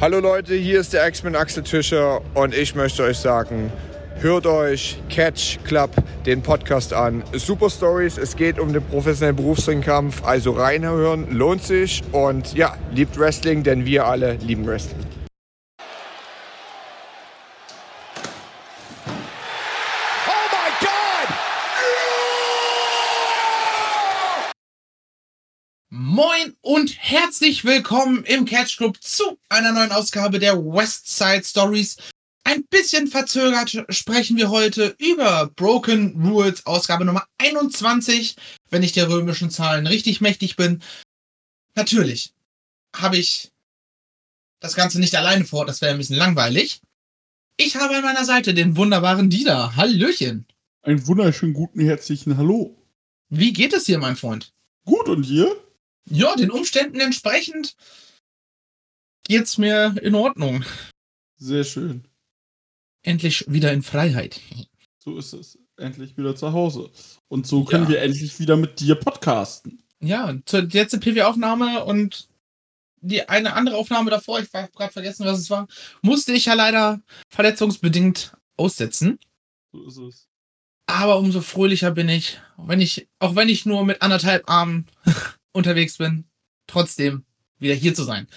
Hallo Leute, hier ist der X-Men Axel Tischer und ich möchte euch sagen, hört euch Catch Club, den Podcast an. Super Stories, es geht um den professionellen Berufsringkampf, also reinhören, lohnt sich und ja, liebt Wrestling, denn wir alle lieben Wrestling. Moin und herzlich willkommen im Catch Club zu einer neuen Ausgabe der Westside Stories. Ein bisschen verzögert sprechen wir heute über Broken Rules, Ausgabe Nummer 21, wenn ich der römischen Zahlen richtig mächtig bin. Natürlich habe ich das Ganze nicht alleine vor, das wäre ein bisschen langweilig. Ich habe an meiner Seite den wunderbaren Dieter. Hallöchen. Einen wunderschönen guten, herzlichen Hallo. Wie geht es dir, mein Freund? Gut, und dir? Ja, den Umständen entsprechend geht's mir in Ordnung. Sehr schön. Endlich wieder in Freiheit. So ist es. Endlich wieder zu Hause. Und so können wir endlich wieder mit dir podcasten. Ja, die letzte PW-Aufnahme und die eine andere Aufnahme davor, ich habe gerade vergessen, was es war, musste ich ja leider verletzungsbedingt aussetzen. So ist es. Aber umso fröhlicher bin ich, auch wenn ich nur mit 1,5 Armen unterwegs bin, trotzdem wieder hier zu sein.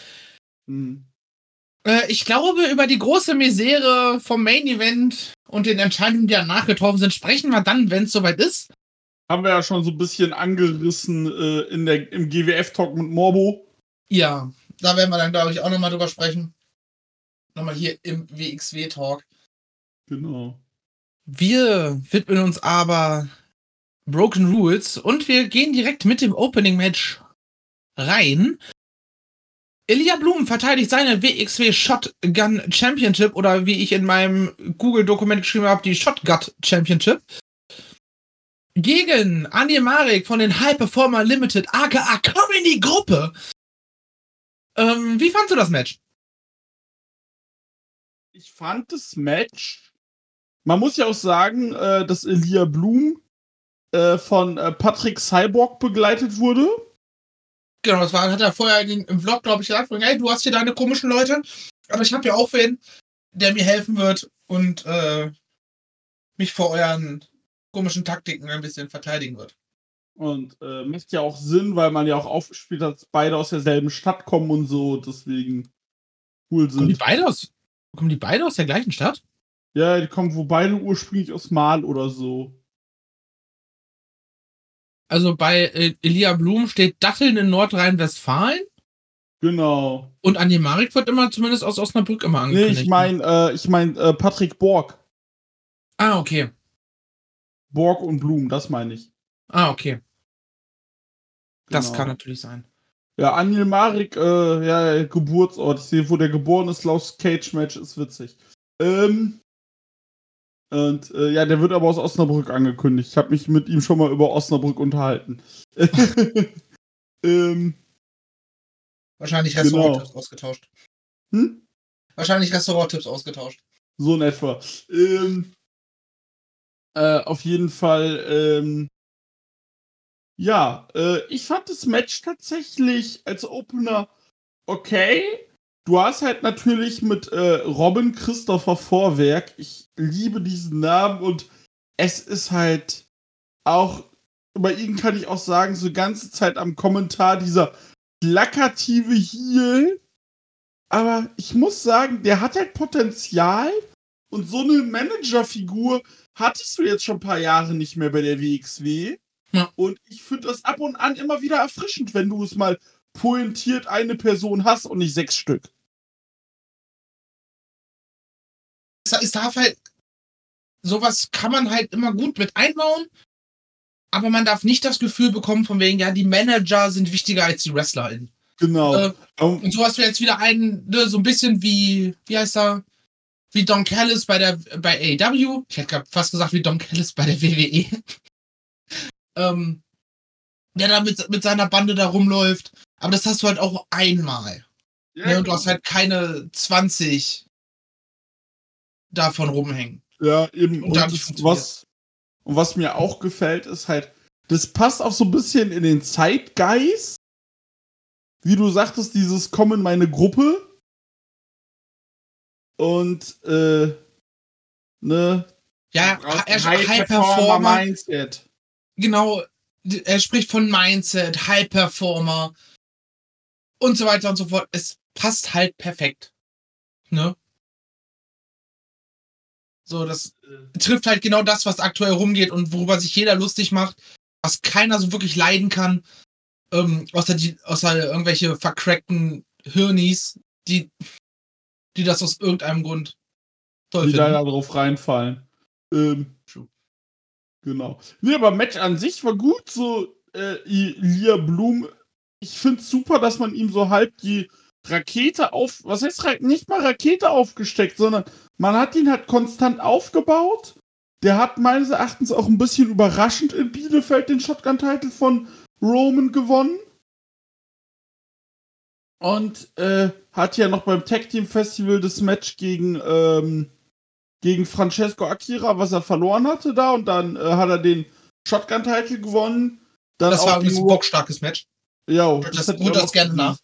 Ich glaube, über die große Misere vom Main Event und den Entscheidungen, die danach getroffen sind, sprechen wir dann, wenn es soweit ist. Haben wir ja schon so ein bisschen angerissen im GWF-Talk mit Morbo. Ja, da werden wir dann, glaube ich, auch nochmal drüber sprechen. Nochmal hier im WXW-Talk. Genau. Wir widmen uns aber Broken Rules und wir gehen direkt mit dem Opening-Match rein. Ilja Blum verteidigt seine WXW Shotgun Championship oder wie ich in meinem Google-Dokument geschrieben habe, die Shotgun Championship gegen Andi Marek von den High Performer Limited, aka Komm in die Gruppe. Wie fandst du das Match? Ich fand das Match, man muss ja auch sagen, dass Ilja Blum von Patrick Cyborg begleitet wurde. Genau, das hat er vorher im Vlog, glaube ich, gesagt, hey, du hast hier deine komischen Leute, aber ich habe ja auch wen, der mir helfen wird und mich vor euren komischen Taktiken ein bisschen verteidigen wird. Und macht ja auch Sinn, weil man ja auch aufgespielt hat, dass beide aus derselben Stadt kommen und so, deswegen cool sind. Kommen die beide aus der gleichen Stadt? Ja, die kommen wohl beide ursprünglich aus Mal oder so. Also bei Ilja Blum steht Datteln in Nordrhein-Westfalen. Genau. Und Andi Marek wird immer zumindest aus Osnabrück immer angekündigt. Nee, ich meine Patrick Borg. Ah, okay. Borg und Blum, das meine ich. Ah, okay. Das Genau. kann natürlich sein. Ja, Andi Marek, Geburtsort. Ich sehe, wo der geboren ist, laut Cage-Match, ist witzig. Der wird aber aus Osnabrück angekündigt. Ich habe mich mit ihm schon mal über Osnabrück unterhalten. Wahrscheinlich Restauranttipps ausgetauscht. Wahrscheinlich Restauranttipps ausgetauscht. So in etwa. Auf jeden Fall, ich fand das Match tatsächlich als Opener okay. Du hast halt natürlich mit Robin Christopher Vorwerk, ich liebe diesen Namen und es ist halt auch, bei ihm kann ich auch sagen, so die ganze Zeit am Kommentar dieser plakative Heel. Aber ich muss sagen, der hat halt Potenzial und so eine Managerfigur hattest du jetzt schon ein paar Jahre nicht mehr bei der WXW. Ja. Und ich finde das ab und an immer wieder erfrischend, wenn du es mal pointiert eine Person hast und nicht 6 Stück. Es darf halt, sowas kann man halt immer gut mit einbauen, aber man darf nicht das Gefühl bekommen von wegen, ja, die Manager sind wichtiger als die WrestlerInnen. Genau. Und so hast du jetzt wieder einen, ne, so ein bisschen wie heißt er? Wie Don Callis bei AEW. Ich hätte gerade fast gesagt, wie Don Callis bei der WWE. Der da mit seiner Bande da rumläuft. Aber das hast du halt auch einmal. Ja, Ne, und du hast halt keine 20 davon rumhängen. Ja, eben. Und was mir auch gefällt, ist halt, das passt auch so ein bisschen in den Zeitgeist. Wie du sagtest, dieses Komm in meine Gruppe. und ne? Ja, High Performer Mindset. Genau, er spricht von Mindset, High Performer und so weiter und so fort. Es passt halt perfekt. Ne? So, das trifft halt genau das, was aktuell rumgeht und worüber sich jeder lustig macht, was keiner so wirklich leiden kann, außer irgendwelche vercrackten Hirnis, die das aus irgendeinem Grund toll finden. Die da drauf reinfallen. Genau. Nee, aber Match an sich war gut, so Ilya Blum. Ich find's super, dass man ihm so halb die Rakete was heißt nicht mal Rakete aufgesteckt, sondern man hat ihn halt konstant aufgebaut. Der hat meines Erachtens auch ein bisschen überraschend in Bielefeld den Shotgun-Title von Roman gewonnen. Und hat ja noch beim Tag Team Festival das Match gegen Francesco Akira, was er verloren hatte da. Und dann hat er den Shotgun-Title gewonnen. Dann das war ein bockstarkes Match. Ja, das gerne nach.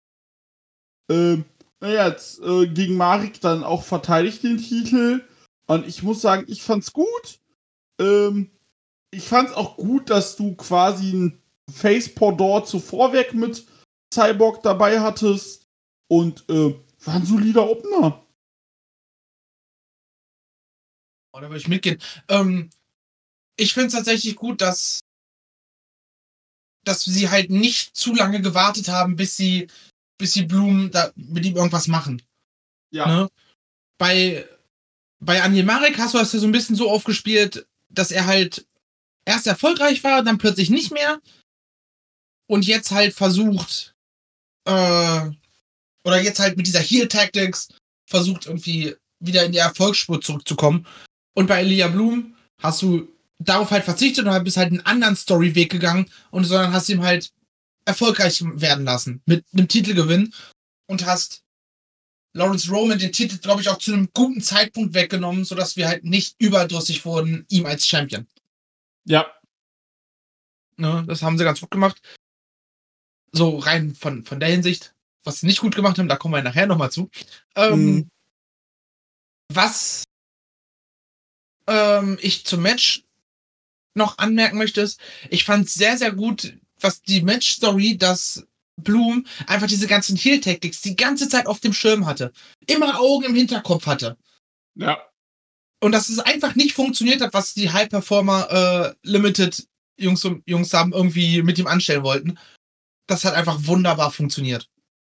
Jetzt gegen Marik dann auch verteidigt den Titel. Und ich muss sagen, ich fand's gut. Ich fand's auch gut, dass du quasi ein Face-Pendant zu Vorwerk mit Cyborg dabei hattest. Und war ein solider Opener. Da würde ich mitgehen. Ich finde es tatsächlich gut, dass sie halt nicht zu lange gewartet haben, bis sie Blum da mit ihm irgendwas machen. Ja. Ne? Bei Aniel Marek hast du das ja so ein bisschen so aufgespielt, dass er halt erst erfolgreich war, dann plötzlich nicht mehr und jetzt halt versucht, oder jetzt halt mit dieser Heel-Tactics versucht irgendwie wieder in die Erfolgsspur zurückzukommen. Und bei Ilya Blum hast du darauf halt verzichtet und bist halt einen anderen Storyweg gegangen sondern hast ihm halt erfolgreich werden lassen mit einem Titelgewinn und hast Lawrence Roman den Titel, glaube ich, auch zu einem guten Zeitpunkt weggenommen, sodass wir halt nicht überdrüssig wurden, ihm als Champion. Ja. Ne, das haben sie ganz gut gemacht. So rein von der Hinsicht, was sie nicht gut gemacht haben, da kommen wir nachher nochmal zu. Was ich zum Match noch anmerken möchte, ist, ich fand sehr, sehr gut, was die Match-Story, dass Blum einfach diese ganzen Heel-Tactics die ganze Zeit auf dem Schirm hatte. Immer Augen im Hinterkopf hatte. Ja. Und dass es einfach nicht funktioniert hat, was die High-Performer Limited Jungs haben irgendwie mit ihm anstellen wollten. Das hat einfach wunderbar funktioniert.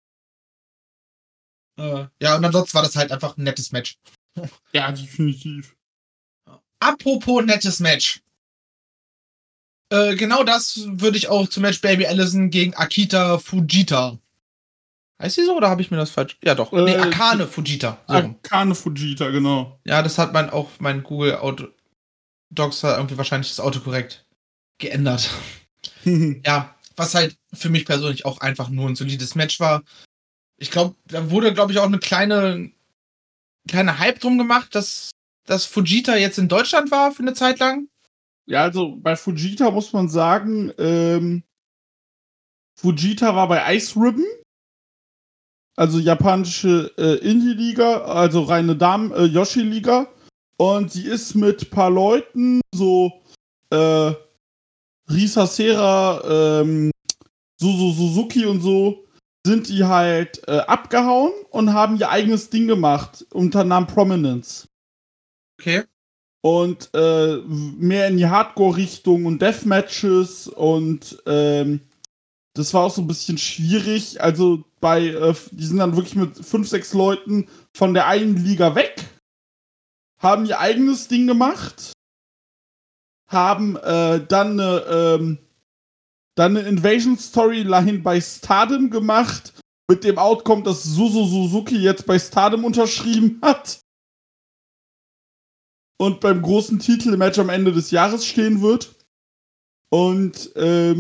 Ja, und ansonsten war das halt einfach ein nettes Match. Ja, definitiv. Apropos nettes Match. Genau das würde ich auch zum Match Baby Allison gegen Akita Fujita. Heißt sie so oder habe ich mir das falsch? Ja, doch. Nee, Akane Fujita. So. Akane Fujita, genau. Ja, das hat mein Google Auto Docs hat irgendwie wahrscheinlich das Autokorrekt geändert. Ja, was halt für mich persönlich auch einfach nur ein solides Match war. Ich glaube, da wurde, glaube ich, auch eine kleine Hype drum gemacht, dass Fujita jetzt in Deutschland war für eine Zeit lang. Ja, also bei Fujita muss man sagen, Fujita war bei Ice Ribbon, also japanische Indie-Liga, also reine Yoshi-Liga. Und sie ist mit ein paar Leuten, so Risa Sera, Suzuki und so, sind die halt abgehauen und haben ihr eigenes Ding gemacht unter Namen Prominence. Okay. Und mehr in die Hardcore-Richtung und Deathmatches und das war auch so ein bisschen schwierig. Also die sind dann wirklich mit 5, 6 Leuten von der einen Liga weg, haben ihr eigenes Ding gemacht, haben dann eine Invasion-Storyline bei Stardom gemacht, mit dem Outcome, dass Suzuki jetzt bei Stardom unterschrieben hat und beim großen Titelmatch am Ende des Jahres stehen wird. Und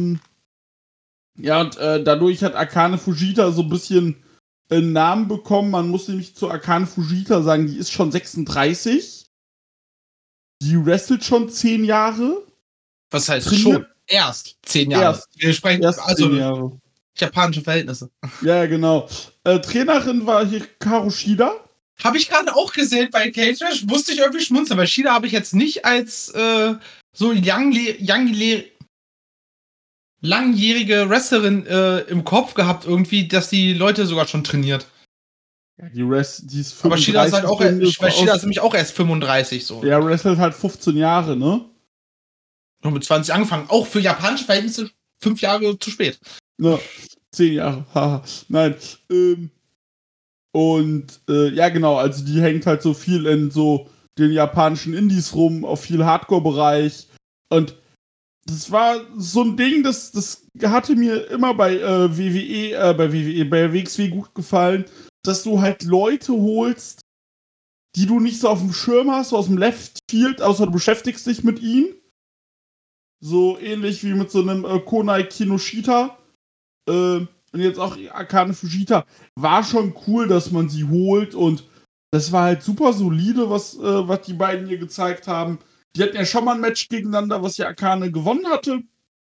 dadurch hat Akane Fujita so ein bisschen einen Namen bekommen. Man muss nämlich zu Akane Fujita sagen, die ist schon 36. Die wrestelt schon 10 Jahre. Was heißt schon? Erst 10 Jahre. Wir sprechen also 10 Jahre. Japanische Verhältnisse. Ja, genau. Trainerin war Hikaru Shida. Habe ich gerade auch gesehen bei Cage Match, musste ich irgendwie schmunzeln, weil Shida habe ich jetzt nicht als so langjährige Wrestlerin im Kopf gehabt, irgendwie, dass die Leute sogar schon trainiert. Ja, die ist 35. Aber Shida ist halt auch, Shida ist nämlich auch erst 35 so. Ja, wrestelt halt 15 Jahre, ne? Noch mit 20 angefangen. Auch für japanische Verhältnisse 5 Jahre zu spät. Ja, 10 Jahre. Haha. Nein. Ja, genau, also die hängt halt so viel in so den japanischen Indies rum, auf viel Hardcore-Bereich. Und das war so ein Ding, das hatte mir immer bei bei WXW gut gefallen, dass du halt Leute holst, die du nicht so auf dem Schirm hast, so aus dem Left Field, außer du beschäftigst dich mit ihnen. So ähnlich wie mit so einem Konai Kinoshita. Und jetzt auch Akane Fujita. War schon cool, dass man sie holt. Und das war halt super solide, was die beiden hier gezeigt haben. Die hatten ja schon mal ein Match gegeneinander, was ja Akane gewonnen hatte.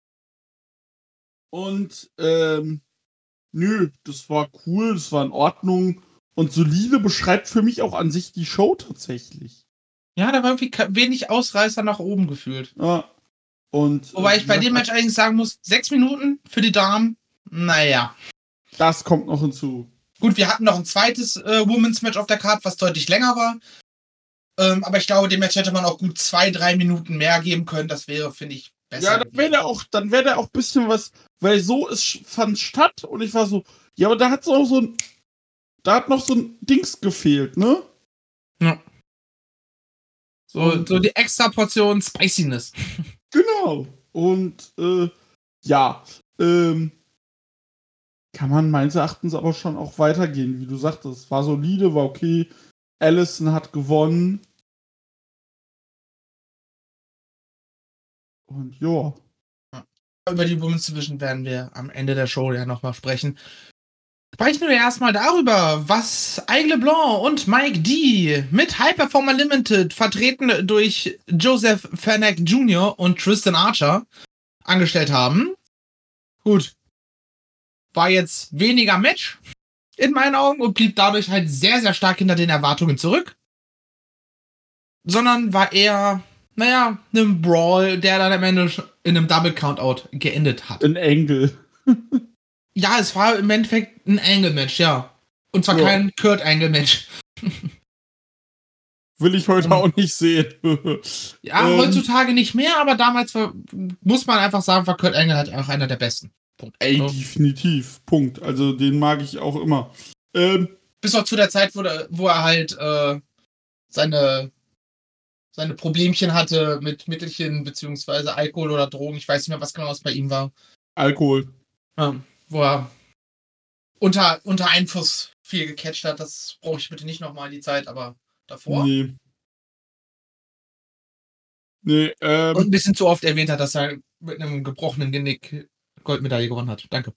Und nö, das war cool, das war in Ordnung. Und solide beschreibt für mich auch an sich die Show tatsächlich. Ja, da war irgendwie wenig Ausreißer nach oben gefühlt. Ja. Und, wobei ich bei dem Match eigentlich sagen muss, 6 Minuten für die Damen, naja. Das kommt noch hinzu. Gut, wir hatten noch ein zweites Women's Match auf der Karte, was deutlich länger war. Aber ich glaube, dem Match hätte man auch gut 2-3 Minuten mehr geben können. Das wäre, finde ich, besser. Ja, dann wäre da auch ein bisschen was, weil so fand statt und ich war so, ja, aber da hat noch so ein Dings gefehlt, ne? Ja. So die extra Portion Spiciness. Genau. Und ja, kann man meines Erachtens aber schon auch weitergehen, wie du sagtest. War solide, war okay. Allison hat gewonnen. Und ja. Über die Women's Division werden wir am Ende der Show ja nochmal sprechen. Sprechen wir erstmal darüber, was Aigle Blanc und Mike D mit High Performer Limited, vertreten durch Joseph Fennec Jr. und Tristan Archer, angestellt haben. Gut. War jetzt weniger Match in meinen Augen und blieb dadurch halt sehr, sehr stark hinter den Erwartungen zurück. Sondern war eher, einem Brawl, der dann am Ende in einem Double Countout geendet hat. Ein Angle. Ja, es war im Endeffekt ein Angle-Match, ja. Und zwar kein Kurt-Angle-Match. Will ich heute auch nicht sehen. Ja, heutzutage nicht mehr, aber damals muss man einfach sagen, war Kurt Angle halt auch einer der besten. Punkt. Ey, definitiv. Punkt. Also den mag ich auch immer. Bis auch zu der Zeit, wo er halt seine Problemchen hatte mit Mittelchen, beziehungsweise Alkohol oder Drogen. Ich weiß nicht mehr, was genau das bei ihm war. Alkohol. Ja, wo er unter Einfluss viel gecatcht hat. Das brauche ich bitte nicht nochmal die Zeit, aber davor. Nee, und ein bisschen zu oft erwähnt hat, dass er mit einem gebrochenen Genick Goldmedaille gewonnen hat. Danke.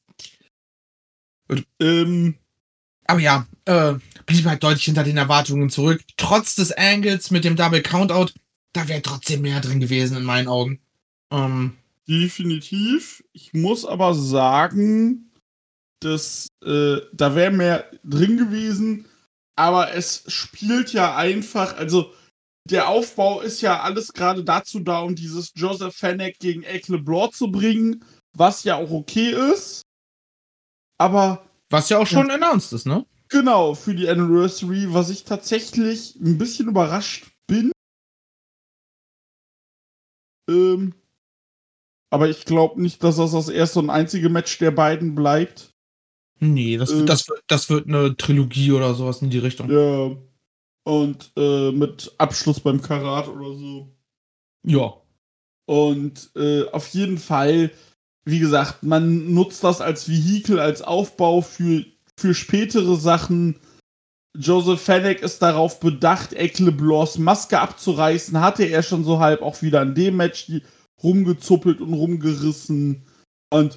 Aber ja, blieb halt deutlich hinter den Erwartungen zurück. Trotz des Angles mit dem Double Countout, da wäre trotzdem mehr drin gewesen in meinen Augen. Definitiv. Ich muss aber sagen, dass da wäre mehr drin gewesen, aber es spielt ja einfach, also der Aufbau ist ja alles gerade dazu da, um dieses Joseph Fennec gegen Aigle Blanc zu bringen, was ja auch okay ist. Aber was ja auch schon announced ist, ne? Genau, für die Anniversary, was ich tatsächlich ein bisschen überrascht bin. Aber ich glaube nicht, dass das erste und einzige Match der beiden bleibt. Nee, das wird eine Trilogie oder sowas in die Richtung. Ja. Und mit Abschluss beim Karat oder so. Ja. Und auf jeden Fall, wie gesagt, man nutzt das als Vehikel, als Aufbau für spätere Sachen. Joseph Fennec ist darauf bedacht, Aigle Blancs Maske abzureißen. Hatte er schon so halb auch wieder in dem Match rumgezuppelt und rumgerissen. Und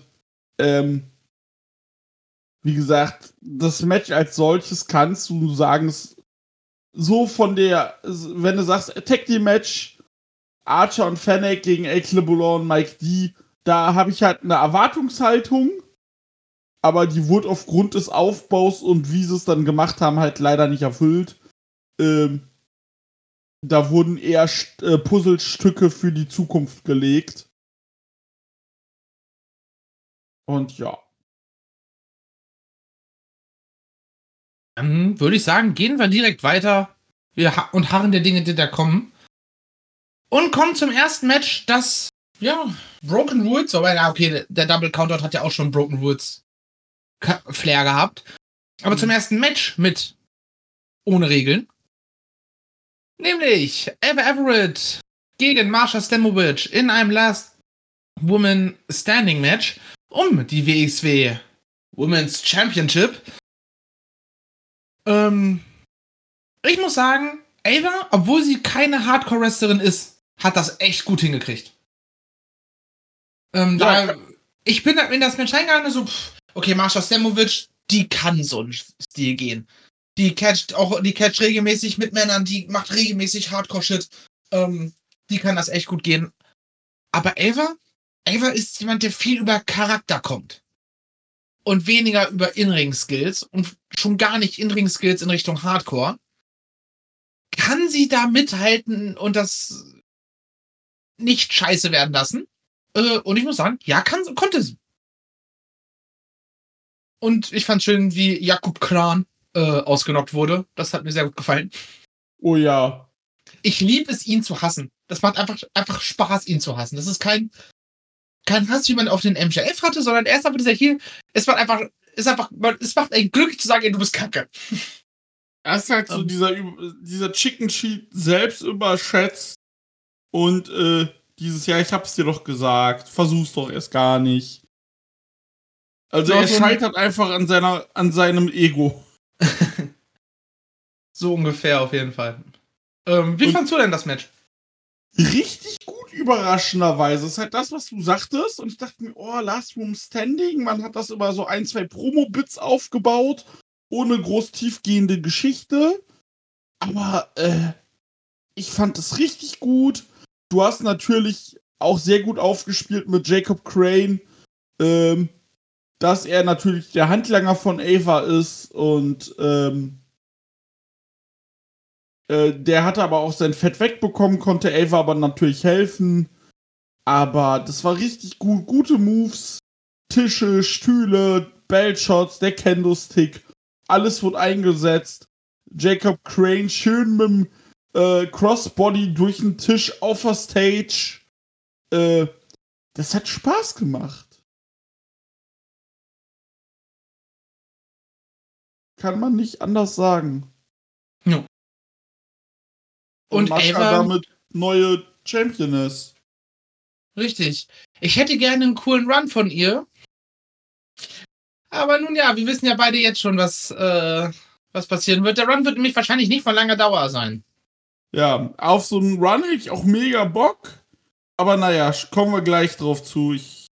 wie gesagt, das Match als solches kannst du sagen, so von der, wenn du sagst, Tag Team Match, Archer und Fennec gegen Aigle Blanc und Mike D, da habe ich halt eine Erwartungshaltung, aber die wurde aufgrund des Aufbaus und wie sie es dann gemacht haben, halt leider nicht erfüllt. Da wurden eher Puzzlestücke für die Zukunft gelegt. Und ja. Dann würde ich sagen, gehen wir direkt weiter und harren der Dinge, die da kommen. Und kommen zum ersten Match, das, ja, Broken Rules, aber ja, okay, der Double Countout hat ja auch schon Broken Rules Flair gehabt. Aber zum ersten Match mit ohne Regeln. Nämlich Eva Everett gegen Marsha Stamovich in einem Last Woman Standing Match um die WXW Women's Championship. Ich muss sagen, Ava, obwohl sie keine Hardcore-Wrestlerin ist, hat das echt gut hingekriegt. Ich bin in das Match reingegangen, so, okay, Marsha Stamovich, die kann so einen Stil gehen. Die catcht regelmäßig mit Männern, die macht regelmäßig Hardcore-Shit. Die kann das echt gut gehen. Aber Ava ist jemand, der viel über Charakter kommt. Und weniger über In-Ring-Skills und schon gar nicht In-Ring-Skills in Richtung Hardcore. Kann sie da mithalten und das nicht scheiße werden lassen? Und ich muss sagen, ja, konnte sie. Und ich fand schön, wie Jakub Kran ausgenockt wurde. Das hat mir sehr gut gefallen. Oh ja. Ich liebe es, ihn zu hassen. Das macht einfach Spaß, ihn zu hassen. Das ist kein Hass, wie man auf den MJF hatte, sondern er ist einfach dieser hier. Es macht einen glücklich zu sagen, ey, du bist kacke. Er ist halt so dieser Chicken Sheet selbst überschätzt und dieses, ja, ich hab's dir doch gesagt, versuch's doch erst gar nicht. Also er scheitert einfach an seinem Ego. So ungefähr auf jeden Fall. Wie fandst du denn das Match? Richtig gut, überraschenderweise. Das ist halt das, was du sagtest. Und ich dachte mir, oh, Last Room Standing. Man hat das über so 1, 2 Promo-Bits aufgebaut. Ohne groß tiefgehende Geschichte. Aber ich fand es richtig gut. Du hast natürlich auch sehr gut aufgespielt mit Jacob Crane. Dass er natürlich der Handlanger von Ava ist. Und der hatte aber auch sein Fett wegbekommen, konnte Ava aber natürlich helfen. Aber das war richtig gut. Gute Moves. Tische, Stühle, Bellshots, der Kendo-Stick. Alles wurde eingesetzt. Jacob Crane schön mit dem Crossbody durch den Tisch auf der Stage. Das hat Spaß gemacht. Kann man nicht anders sagen. Ja. Und Mascha Ava damit neue Championess. Richtig. Ich hätte gerne einen coolen Run von ihr. Aber nun ja, wir wissen ja beide jetzt schon, was passieren wird. Der Run wird nämlich wahrscheinlich nicht von langer Dauer sein. Ja, auf so einen Run hätte ich auch mega Bock. Aber naja, kommen wir gleich drauf zu.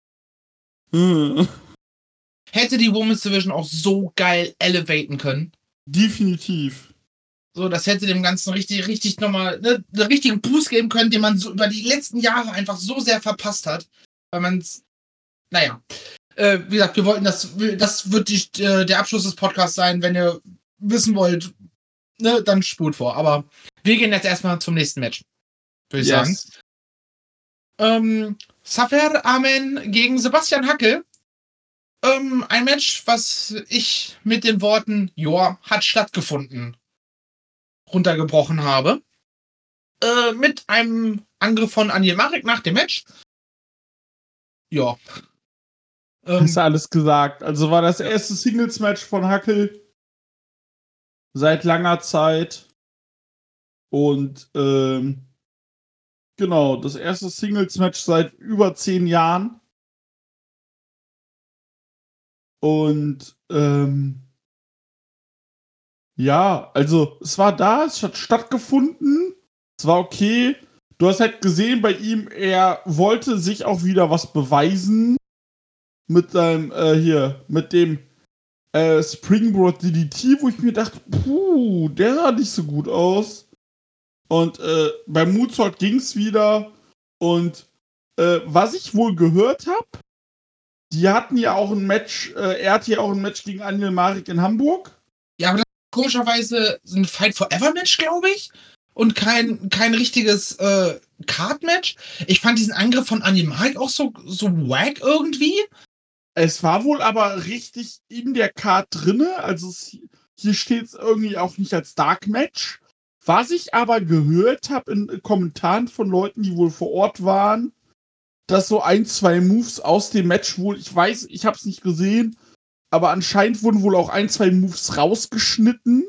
Hätte die Women's Division auch so geil elevaten können. Definitiv. So, das hätte dem Ganzen richtig nochmal einen richtigen Boost geben können, den man so über die letzten Jahre einfach so sehr verpasst hat. Weil man es, naja. Wie gesagt, wir wollten das wird der Abschluss des Podcasts sein. Wenn ihr wissen wollt, ne, dann spult vor. Aber wir gehen jetzt erstmal zum nächsten Match. Würde ich sagen. Safer Amen gegen Sebastian Hackel. Ein Match, was ich mit den Worten, joa, hat stattgefunden, runtergebrochen habe. Mit einem Angriff von Anil Marek nach dem Match. Ja. Hast du alles gesagt. Also war das erste Singles-Match von Hackel seit langer Zeit. Und genau, das erste Singles-Match seit über 10 Jahren. Und ja, also es war da, es hat stattgefunden, es war okay. Du hast halt gesehen bei ihm, er wollte sich auch wieder was beweisen mit seinem, mit dem Springboard DDT, wo ich mir dachte, der sah nicht so gut aus. Und beim Moonsault ging's wieder. Und was ich wohl gehört habe, die hatten ja auch ein Match, er hatte ja auch ein Match gegen Anil Marek in Hamburg. Ja, aber komischerweise ein Fight Forever Match, glaube ich. Und kein richtiges Card-Match. Ich fand diesen Angriff von Animal auch so wack irgendwie. Es war wohl aber richtig in der Card drinne. Also hier steht es irgendwie auch nicht als Dark Match. Was ich aber gehört habe in Kommentaren von Leuten, die wohl vor Ort waren, dass so 1, 2 Moves aus dem Match wohl, ich weiß, ich habe es nicht gesehen, aber anscheinend wurden wohl auch 1, 2 Moves rausgeschnitten,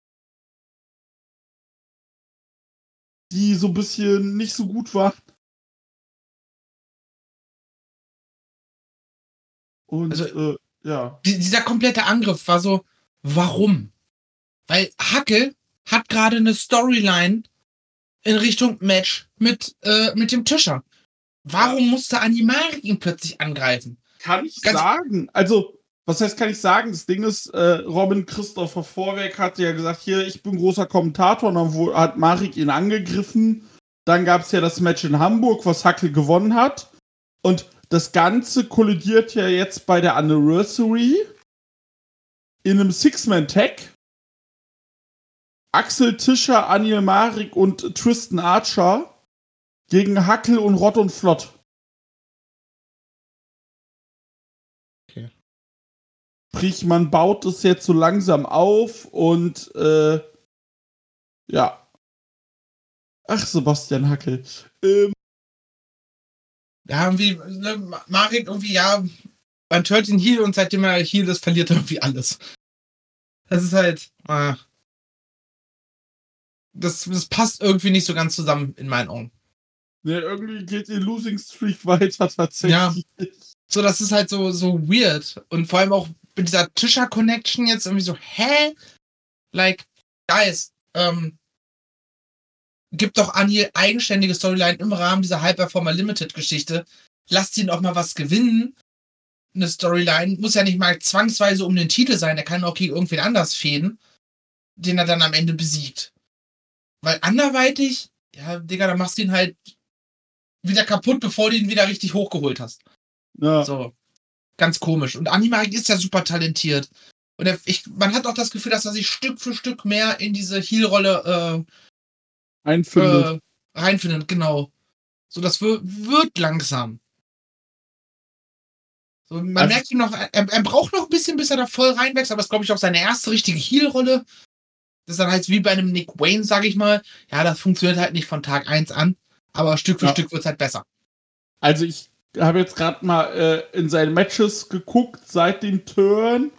die so ein bisschen nicht so gut waren. Und also, ja. Dieser komplette Angriff war so, warum? Weil Hackel hat gerade eine Storyline in Richtung Match mit dem Tischer. Warum musste Animal ihn plötzlich angreifen? Kann ich sagen. Also, was heißt, kann ich sagen? Das Ding ist, Robin Christopher Vorwerk hat ja gesagt, hier, ich bin großer Kommentator, und dann hat Marik ihn angegriffen. Dann gab es ja das Match in Hamburg, was Hackel gewonnen hat. Und das Ganze kollidiert ja jetzt bei der Anniversary in einem Six-Man-Tag. Axel Tischer, Aniel Marik und Tristan Archer gegen Hackel und Rott und Flott. Okay. Sprich, man baut es jetzt so langsam auf und ja. Ach, Sebastian Hackel. Ja, irgendwie, Marik irgendwie, ja, man turnt ihn Heel und seitdem er Heel ist, verliert er irgendwie alles. Das ist halt, das passt irgendwie nicht so ganz zusammen in meinen Augen. Ne, irgendwie geht die Losing Streak weiter tatsächlich. Ja. So, das ist halt so weird. Und vor allem auch mit dieser Tischer-Connection jetzt irgendwie so, hä? Like, guys, gibt doch Anil eigenständige Storyline im Rahmen dieser High-Performer Limited-Geschichte. Lasst ihn auch mal was gewinnen. Eine Storyline muss ja nicht mal zwangsweise um den Titel sein. Er kann auch gegen irgendwen anders fäden, den er dann am Ende besiegt. Weil anderweitig, ja, Digga, dann machst du ihn halt wieder kaputt, bevor du ihn wieder richtig hochgeholt hast. Ja. So. Ganz komisch. Und Animarik ist ja super talentiert. Und man hat auch das Gefühl, dass er sich Stück für Stück mehr in diese Heel-Rolle reinfindet, genau. So, das wird langsam. So, man merkt ihm noch, er braucht noch ein bisschen, bis er da voll reinwächst, aber das ist, glaube ich, auch seine erste richtige Heel-Rolle. Das ist dann halt wie bei einem Nick Wayne, sag ich mal. Ja, das funktioniert halt nicht von Tag 1 an, aber Stück für Stück wird es halt besser. Also ich habe jetzt gerade mal in seine Matches geguckt seit dem Turn.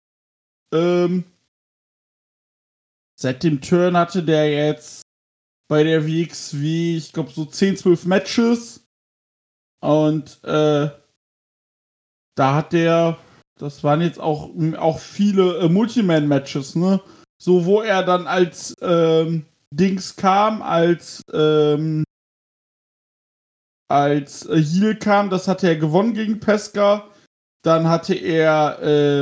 Seit dem Turn hatte der jetzt bei der WXW, ich glaube, so 10, 12 Matches. Und da hat der, das waren jetzt auch viele Multiman-Matches, ne? So, wo er dann als Dings kam, als Heel kam, das hatte er gewonnen gegen Pesca. Dann hatte er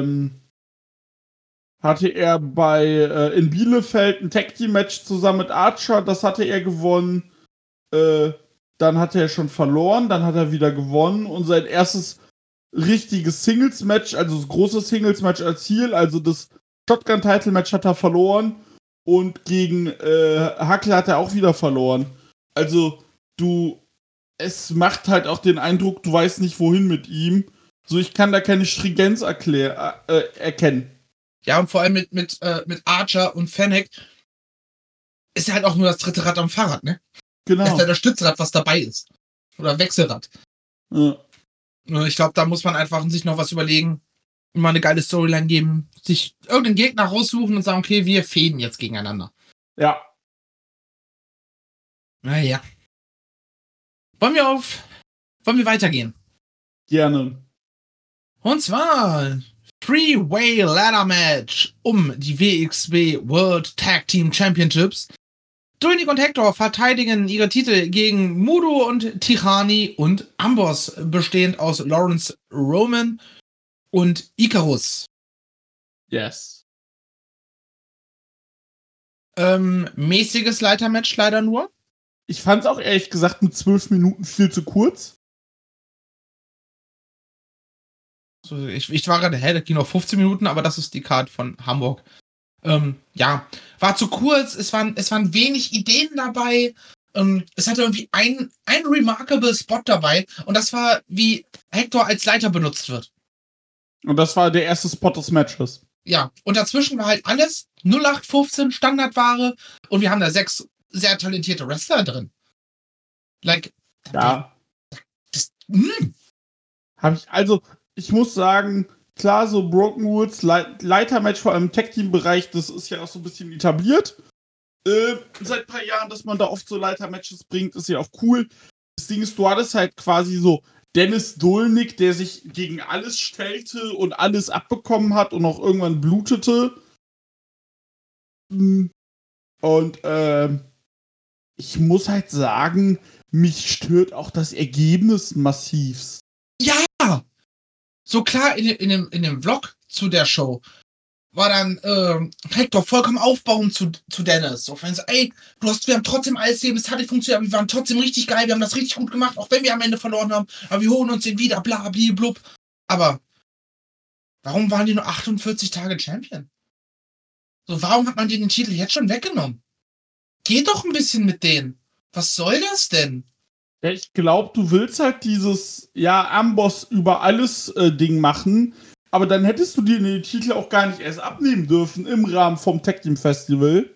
in Bielefeld ein Tag Team Match zusammen mit Archer, das hatte er gewonnen. Dann hat er schon verloren, dann hat er wieder gewonnen und sein erstes richtiges Singles Match, also das große Singles Match als Heel, also das Shotgun Title Match hat er verloren und gegen Hackel hat er auch wieder verloren. Also es macht halt auch den Eindruck, du weißt nicht wohin mit ihm. So, ich kann da keine Stringenz erkennen. Ja, und vor allem mit Archer und Fennec ist ja halt auch nur das dritte Rad am Fahrrad, ne? Genau. Das ist ja das Stützrad, was dabei ist. Oder Wechselrad. Ja. Ich glaube, da muss man einfach sich noch was überlegen, mal eine geile Storyline geben, sich irgendeinen Gegner raussuchen und sagen, okay, wir fäden jetzt gegeneinander. Ja. Naja. Wollen wir weitergehen? Gerne. Und zwar Three-Way Ladder Match um die WXW World Tag Team Championships. Dominik und Hector verteidigen ihre Titel gegen Mudo und Tichani und Amboss, bestehend aus Lawrence Roman und Icarus. Yes. Mäßiges Leitermatch leider nur. Ich fand's auch ehrlich gesagt mit 12 Minuten viel zu kurz. So, ich war gerade, das ging noch 15 Minuten, aber das ist die Card von Hamburg. Ja, war zu kurz, es waren wenig Ideen dabei. Es hatte irgendwie ein remarkable Spot dabei und das war, wie Hector als Leiter benutzt wird. Und das war der erste Spot des Matches. Ja, und dazwischen war halt alles 0815 Standardware und wir haben da 6 sehr talentierte Wrestler drin. Like, Ja. Ich muss sagen, klar, so Broken Woods, Leitermatch, vor allem im Tag-Team-Bereich, das ist ja auch so ein bisschen etabliert. Seit ein paar Jahren, dass man da oft so Leitermatches bringt, ist ja auch cool. Das Ding ist, du hattest halt quasi so Dennis Dolnik, der sich gegen alles stellte und alles abbekommen hat und auch irgendwann blutete. Und ich muss halt sagen, mich stört auch das Ergebnis massivst. Ja! So klar, in dem Vlog zu der Show war dann Hector vollkommen aufbauend zu Dennis. So, so, ey, wir haben trotzdem alles gegeben, es hat nicht funktioniert, aber wir waren trotzdem richtig geil, wir haben das richtig gut gemacht, auch wenn wir am Ende verloren haben, aber wir holen uns den wieder, bla, blub. Aber warum waren die nur 48 Tage Champion? So, warum hat man denen den Titel jetzt schon weggenommen? Geht doch ein bisschen mit denen. Was soll das denn? Ja, ich glaube, du willst halt dieses, Amboss über alles Ding machen, aber dann hättest du dir den Titel auch gar nicht erst abnehmen dürfen im Rahmen vom Tag Team Festival.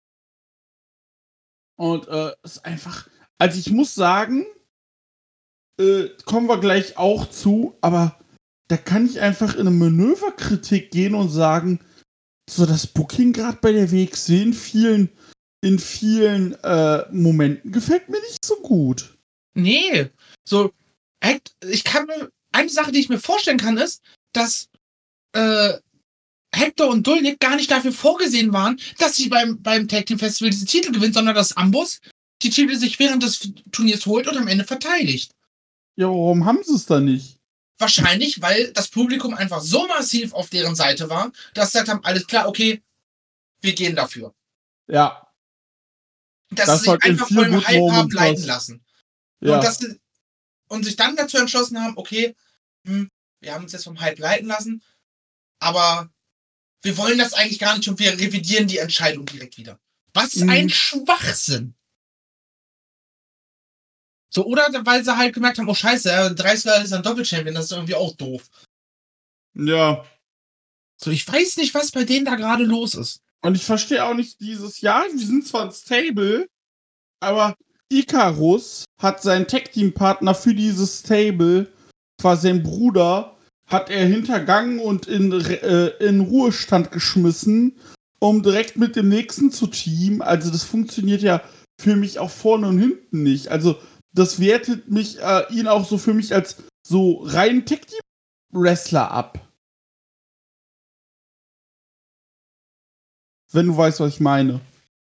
Und es ist einfach, also ich muss sagen, kommen wir gleich auch zu, aber da kann ich einfach in eine Manöverkritik gehen und sagen, so das Booking gerade bei der WXW in vielen Momenten gefällt mir nicht so gut. Nee, so, eine Sache, die ich mir vorstellen kann, ist, dass Hector und Dolnik gar nicht dafür vorgesehen waren, dass sie beim Tag Team Festival diese Titel gewinnen, sondern dass Amboss die Titel sich während des Turniers holt und am Ende verteidigt. Ja, warum haben sie es dann nicht? Wahrscheinlich, weil das Publikum einfach so massiv auf deren Seite war, dass sie gesagt haben, alles klar, okay, wir gehen dafür. Ja. Dass sie sich einfach von dem Hype haben leiten lassen. Ja. Und sich dann dazu entschlossen haben, okay, wir haben uns jetzt vom Hype leiten lassen, aber wir wollen das eigentlich gar nicht und wir revidieren die Entscheidung direkt wieder. Was ein Schwachsinn. So, oder weil sie halt gemerkt haben, oh scheiße, 30er ist ein Doppelchampion, das ist irgendwie auch doof. Ja. So, ich weiß nicht, was bei denen da gerade los ist. Und ich verstehe auch nicht wir sind zwar ein Stable, aber Icarus hat seinen Tag-Team-Partner für dieses Stable, quasi sein Bruder, hat er hintergangen und in Ruhestand geschmissen, um direkt mit dem nächsten zu teamen. Also das funktioniert ja für mich auch vorne und hinten nicht. Also das wertet mich ihn auch so für mich als so rein Tag-Team-Wrestler ab. Wenn du weißt, was ich meine.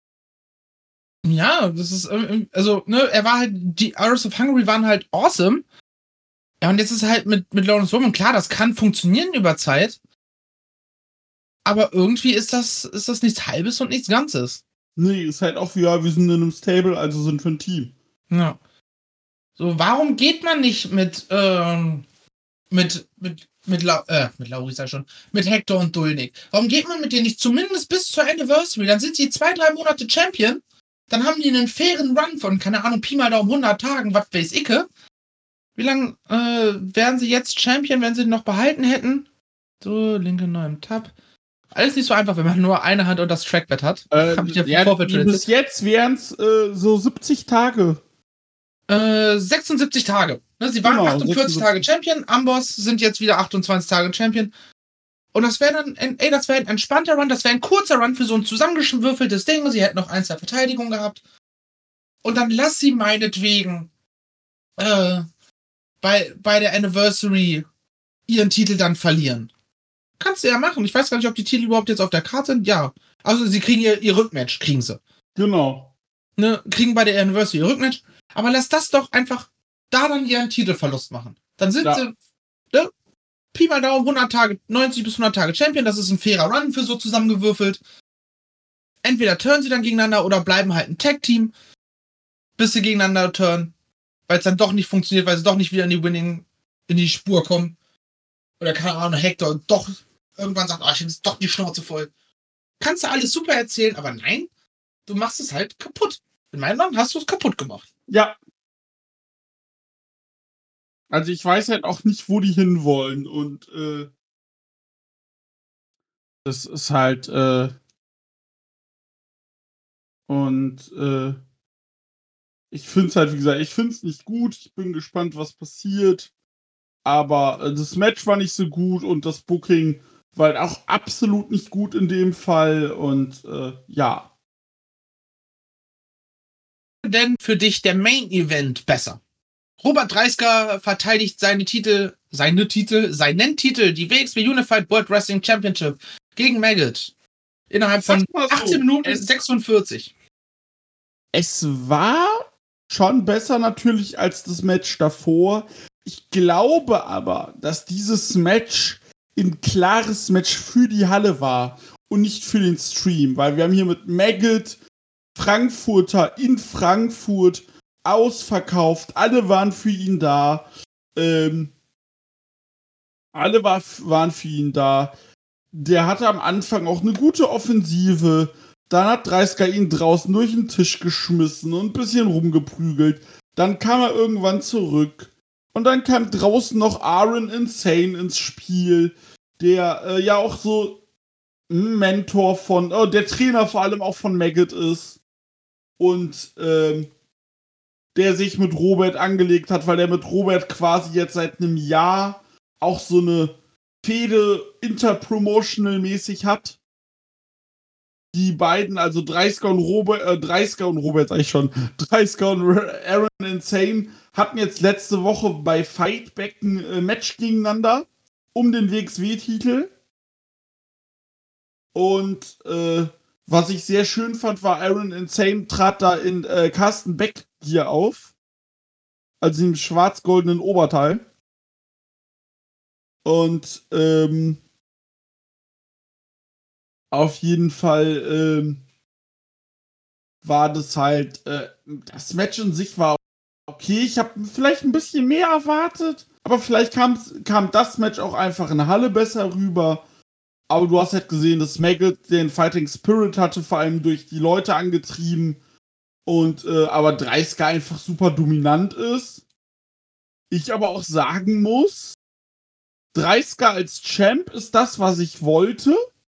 Ja, das ist, also, ne, er war halt, die Arrows of Hungary waren halt awesome. Ja, und jetzt ist halt mit Lawrence Roman, klar, das kann funktionieren über Zeit. Aber irgendwie ist das nichts Halbes und nichts Ganzes. Nee, ist halt auch wie, ja, wir sind in einem Stable, also sind wir ein Team. Ja. So, warum geht man nicht mit Lauri, sag ich schon, mit Hector und Dolnik? Warum geht man mit denen nicht zumindest bis zur Anniversary? Dann sind sie 2-3 Monate Champion. Dann haben die einen fairen Run von, keine Ahnung, Pi mal Daumen 100 Tagen, was weiß ich. Wie lange wären sie jetzt Champion, wenn sie ihn noch behalten hätten? So, linke neuen Tab. Alles nicht so einfach, wenn man nur eine Hand und das Trackpad hat. Bis jetzt wären es so 70 Tage. 76 Tage. Ne, sie waren Genau, 48 76 Tage Champion. Amboss sind jetzt wieder 28 Tage Champion. Und das wäre dann, das wäre ein entspannter Run, das wäre ein kurzer Run für so ein zusammengewürfeltes Ding. Sie hätten noch 1, 2 Verteidigungen gehabt. Und dann lass sie meinetwegen bei der Anniversary ihren Titel dann verlieren. Kannst du ja machen. Ich weiß gar nicht, ob die Titel überhaupt jetzt auf der Karte sind. Ja. Also sie kriegen ihr Rückmatch, kriegen sie. Genau. Ne, kriegen bei der Anniversary ihr Rückmatch. Aber lass das doch einfach da dann ihren Titelverlust machen. Dann sind sie, ne, Pi mal Daumen, 100 Tage, 90 bis 100 Tage Champion. Das ist ein fairer Run für so zusammengewürfelt. Entweder turnen sie dann gegeneinander oder bleiben halt ein Tag-Team, bis sie gegeneinander turnen. Weil es dann doch nicht funktioniert, weil sie doch nicht wieder in die Spur kommen. Oder keine Ahnung, Hector doch irgendwann sagt, ich hab jetzt doch die Schnauze voll. kannst du alles super erzählen, aber nein, du machst es halt kaputt. In meinen Augen hast du es kaputt gemacht. Ja. Also ich weiß halt auch nicht, wo die hinwollen und das ist halt ich finde es halt, wie gesagt, ich finde es nicht gut. Ich bin gespannt, was passiert. Aber das Match war nicht so gut und das Booking war halt auch absolut nicht gut in dem Fall und ja. Denn für dich der Main Event besser? Robert Dreisker verteidigt seinen Titel, die WXW Unified World Wrestling Championship gegen Maggot. Innerhalb von 18 Minuten 46. Es war schon besser natürlich als das Match davor. Ich glaube aber, dass dieses Match ein klares Match für die Halle war und nicht für den Stream, weil wir haben hier mit Maggot Frankfurter in Frankfurt ausverkauft. Alle waren für ihn da. Alle waren für ihn da. Der hatte am Anfang auch eine gute Offensive. Dann hat Dreisker ihn draußen durch den Tisch geschmissen und ein bisschen rumgeprügelt. Dann kam er irgendwann zurück. Und dann kam draußen noch Aaron Insane ins Spiel, der ja auch so ein Mentor von, der Trainer vor allem auch von Maggot ist. Und der sich mit Robert angelegt hat, weil der mit Robert quasi jetzt seit einem Jahr auch so eine Fehde interpromotional-mäßig hat. Die beiden, also Dreisker und Aaron Insane, hatten jetzt letzte Woche bei Fightback ein Match gegeneinander um den WXW-Titel. Und was ich sehr schön fand, war Aaron Insane trat da in Carsten Beck hier auf. Also im schwarz-goldenen Oberteil. Und auf jeden Fall war das halt, das Match in sich war okay. Ich habe vielleicht ein bisschen mehr erwartet, aber vielleicht kam das Match auch einfach in der Halle besser rüber. Aber du hast halt gesehen, dass Maggot den Fighting Spirit hatte, vor allem durch die Leute angetrieben. Und aber Dreisker einfach super dominant ist. Ich aber auch sagen muss, Dreisker als Champ ist das, was ich wollte.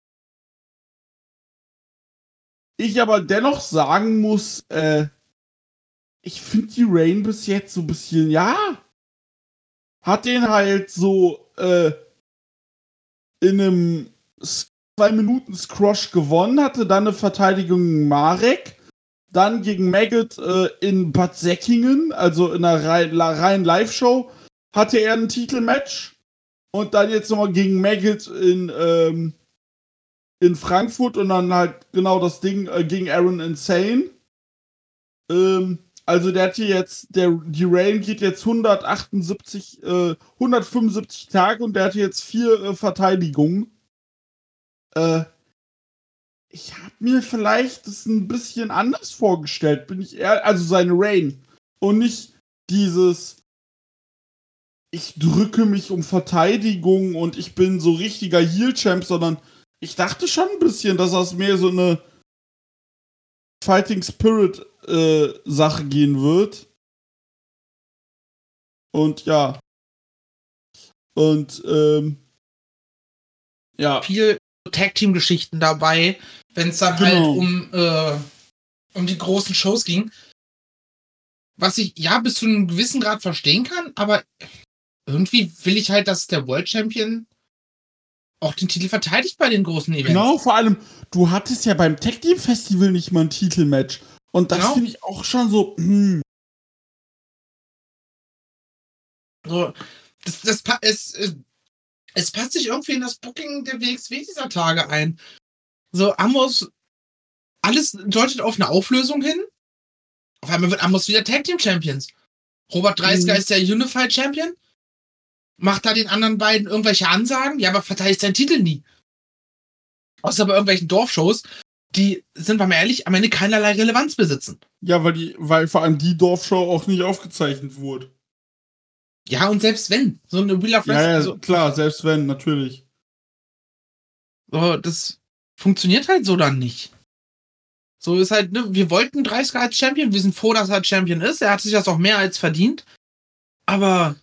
Ich aber dennoch sagen muss, ich finde die Reign bis jetzt so ein bisschen, ja, hat den halt so in einem 2-Minuten-Squash gewonnen, hatte dann eine Verteidigung gegen Marek, dann gegen Maggot in Bad Säckingen, also in einer reinen Live-Show, hatte er ein Titelmatch und dann jetzt nochmal gegen Maggot in Frankfurt und dann halt genau das Ding gegen Aaron Insane. Also der hat hier jetzt, die Reign geht jetzt 175 Tage und der hat jetzt 4 Verteidigungen. Ich habe mir vielleicht das ein bisschen anders vorgestellt, bin ich ehrlich, also seine Reign. Und nicht dieses, ich drücke mich um Verteidigung und ich bin so richtiger Heel-Champ, sondern ich dachte schon ein bisschen, dass das mehr so eine Fighting Spirit Sache gehen wird. Und ja. Und ja. Viel Tag-Team-Geschichten dabei, wenn es dann halt um die großen Shows ging. Was ich ja bis zu einem gewissen Grad verstehen kann, aber irgendwie will ich halt, dass der World Champion auch den Titel verteidigt bei den großen Events. Genau, vor allem, du hattest ja beim Tag Team Festival nicht mal ein Titelmatch. Und das finde ich auch schon so, So, es passt sich irgendwie in das Booking der WXW dieser Tage ein. So, Amos, alles deutet auf eine Auflösung hin. Auf einmal wird Amos wieder Tag Team Champions. Robert Dreisker ist der Unified Champion. Macht da den anderen beiden irgendwelche Ansagen, ja, aber verteidigt seinen Titel nie. Außer bei irgendwelchen Dorfshows, die, sind wir mal ehrlich, am Ende keinerlei Relevanz besitzen. Ja, weil vor allem die Dorfshow auch nicht aufgezeichnet wurde. Ja, und selbst wenn, so eine Wheel of Wrestling. Ja, klar, selbst wenn, natürlich. So, das funktioniert halt so dann nicht. So ist halt, ne, wir wollten Dreisker als Champion, wir sind froh, dass er Champion ist, er hat sich das auch mehr als verdient, aber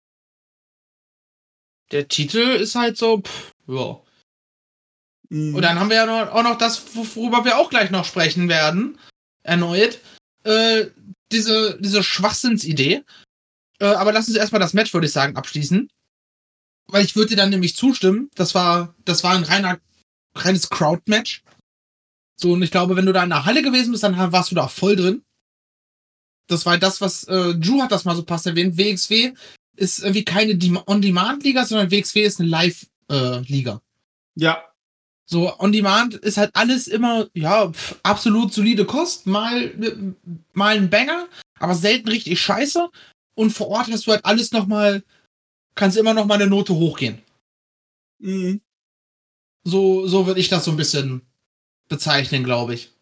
der Titel ist halt so, ja. Und dann haben wir ja auch noch das, worüber wir auch gleich noch sprechen werden, erneut, diese Schwachsinnsidee. Aber lass uns erstmal das Match, würde ich sagen, abschließen. Weil ich würde dir dann nämlich zustimmen, das war ein reines Crowd-Match. So, und ich glaube, wenn du da in der Halle gewesen bist, dann warst du da auch voll drin. Das war das, was Drew hat das mal so passt erwähnt. WXW ist irgendwie keine On-Demand-Liga, sondern WXW ist eine Live-Liga. Ja. So, On-Demand ist halt alles immer, ja, absolut solide Kost, mal ein Banger, aber selten richtig scheiße. Und vor Ort hast du halt alles nochmal, kannst immer noch mal eine Note hochgehen. Mhm. So würde ich das so ein bisschen bezeichnen, glaube ich.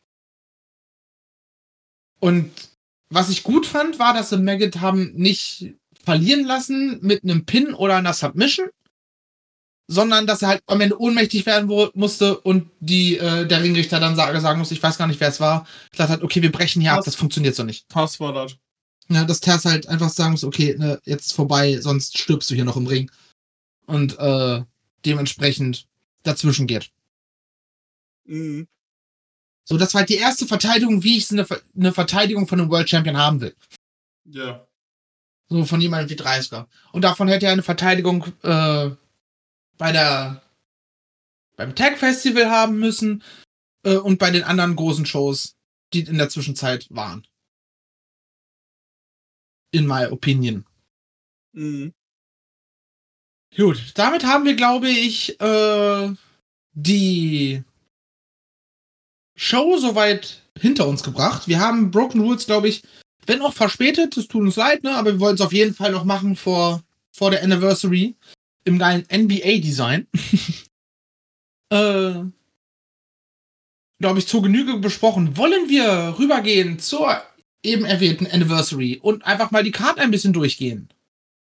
Und was ich gut fand, war, dass sie Maggot haben nicht verlieren lassen mit einem Pin oder einer Submission, sondern dass er halt am Ende ohnmächtig werden musste und der Ringrichter dann sagen musste, ich weiß gar nicht, wer es war, gesagt hat, okay, wir brechen hier ab, das funktioniert so nicht. Pass war das. Ja, dass Ters halt einfach sagen muss, okay, ne, jetzt ist vorbei, sonst stirbst du hier noch im Ring. Und dementsprechend dazwischen geht. Mhm. So, das war halt die erste Verteidigung, wie ich eine Verteidigung von einem World Champion haben will. Ja. So von jemandem wie Dreisker. Und davon hätte er eine Verteidigung beim Tag Festival haben müssen und bei den anderen großen Shows, die in der Zwischenzeit waren. In my opinion. Mhm. Gut, damit haben wir, glaube ich, die Show soweit hinter uns gebracht. Wir haben Broken Rules, glaube ich, wenn auch verspätet, es tut uns leid, ne, aber wir wollen es auf jeden Fall noch machen vor der Anniversary im geilen NBA-Design. Glaube ich, zur Genüge besprochen. Wollen wir rübergehen zur eben erwähnten Anniversary und einfach mal die Karten ein bisschen durchgehen?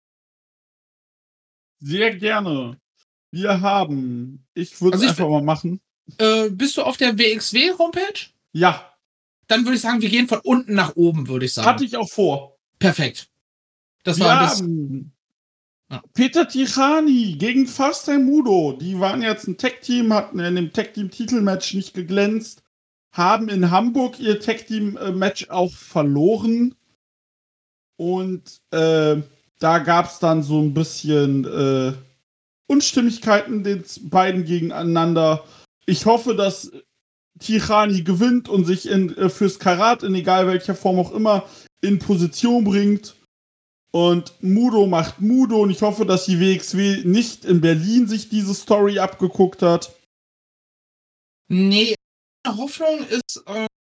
Sehr gerne. Wir haben, ich würde es Also einfach mal machen. Bist du auf der WXW-Homepage? Ja. Dann würde ich sagen, wir gehen von unten nach oben, würde ich sagen. Hatte ich auch vor. Perfekt. Das Wir war haben Peter Tichani gegen Faster Mudo. Die waren jetzt ein Tag-Team, hatten in dem Tag-Team-Titelmatch nicht geglänzt, haben in Hamburg ihr Tag-Team-Match auch verloren. Und da gab es dann so ein bisschen Unstimmigkeiten den beiden gegeneinander. Ich hoffe, dass Tichani gewinnt und sich fürs Karat, in egal welcher Form auch immer, in Position bringt. Und Mudo macht Mudo. Und ich hoffe, dass die WXW nicht in Berlin sich diese Story abgeguckt hat. Nee, meine Hoffnung ist,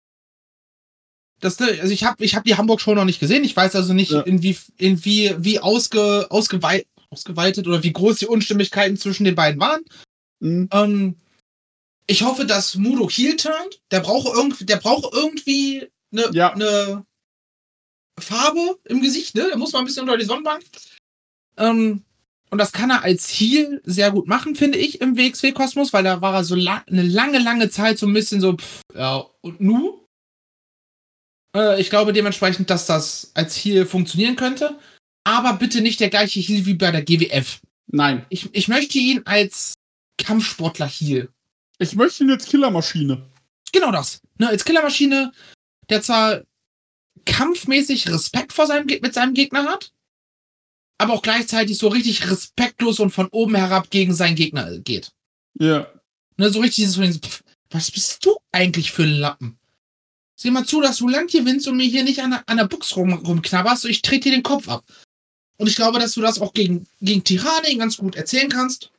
also ich hab die Hamburg-Show noch nicht gesehen. Ich weiß also nicht, Ja. wie ausgeweitet oder wie groß die Unstimmigkeiten zwischen den beiden waren. Mhm. Ich hoffe, dass Mudo heel turnt. Der braucht irgendwie eine Farbe im Gesicht, ne? Der muss mal ein bisschen unter die Sonnenbank. Und das kann er als Heel sehr gut machen, finde ich, im WXW-Kosmos, weil da war er so eine lange Zeit so ein bisschen so, und nu? Ich glaube dementsprechend, dass das als Heel funktionieren könnte. Aber bitte nicht der gleiche Heel wie bei der GWF. Nein. Ich möchte ihn als Kampfsportler-Heel. Ich möchte ihn als Killermaschine. Genau das. Ne, als Killermaschine, der zwar kampfmäßig Respekt mit seinem Gegner hat, aber auch gleichzeitig so richtig respektlos und von oben herab gegen seinen Gegner geht. Ja. Ne, so richtig dieses, was bist du eigentlich für ein Lappen? Sieh mal zu, dass du Land gewinnst und mir hier nicht an der Buchs rumknabberst, so ich trete dir den Kopf ab. Und ich glaube, dass du das auch gegen Tichani ganz gut erzählen kannst.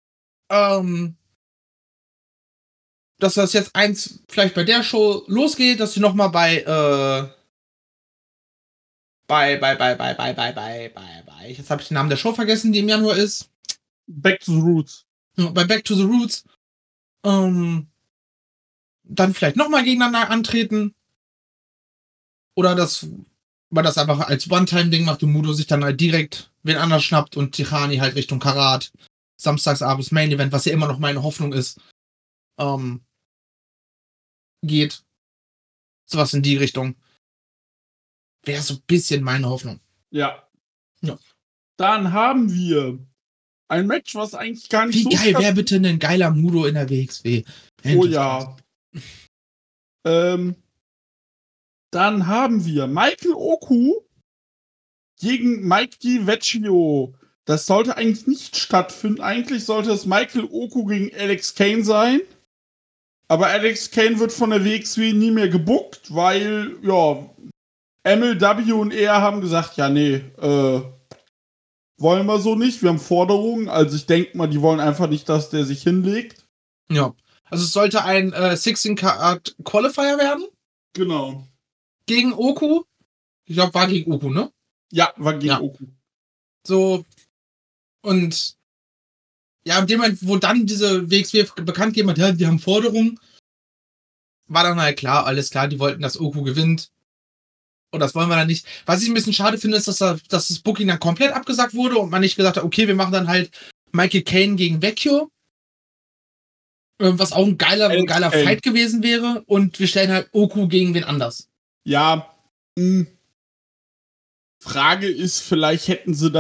Dass das jetzt vielleicht bei der Show losgeht, dass du nochmal bei jetzt habe ich den Namen der Show vergessen, die im Januar ist. Back to the Roots. Bei Back to the Roots. Dann vielleicht nochmal gegeneinander antreten. Oder dass man das einfach als One-Time-Ding macht und Mudo sich dann halt direkt wen anders schnappt und Tichani halt Richtung Karat. Samstagsabends Main-Event, was ja immer noch meine Hoffnung ist. geht. Sowas in die Richtung. Wäre so ein bisschen meine Hoffnung. Ja. Ja. Dann haben wir ein Match, was eigentlich gar nicht Wie so geil wäre bitte ein geiler Mudo in der WXW? Oh ja. Dann haben wir Michael Oku gegen Mike DiVecchio. Das sollte eigentlich nicht stattfinden. Eigentlich sollte es Michael Oku gegen Alex Kane sein. Aber Alex Kane wird von der WXW nie mehr gebuckt, weil, ja, MLW und er haben gesagt, ja, nee, wollen wir so nicht. Wir haben Forderungen. Also ich denke mal, die wollen einfach nicht, dass der sich hinlegt. Ja. Also es sollte ein 16-Card Qualifier werden. Genau. Gegen Oku. Ich glaube, war gegen Oku, ne? Ja, war gegen Oku. So. Und ja, in dem Moment, wo dann diese WXW bekannt gegeben hat, ja, die haben Forderungen, war dann halt klar, alles klar, die wollten, dass Oku gewinnt. Und das wollen wir dann nicht. Was ich ein bisschen schade finde, ist, dass das Booking dann komplett abgesagt wurde und man nicht gesagt hat, okay, wir machen dann halt Michael Kane gegen Vecchio. Was auch ein geiler Fight gewesen wäre. Und wir stellen halt Oku gegen wen anders. Ja. Frage ist, vielleicht hätten sie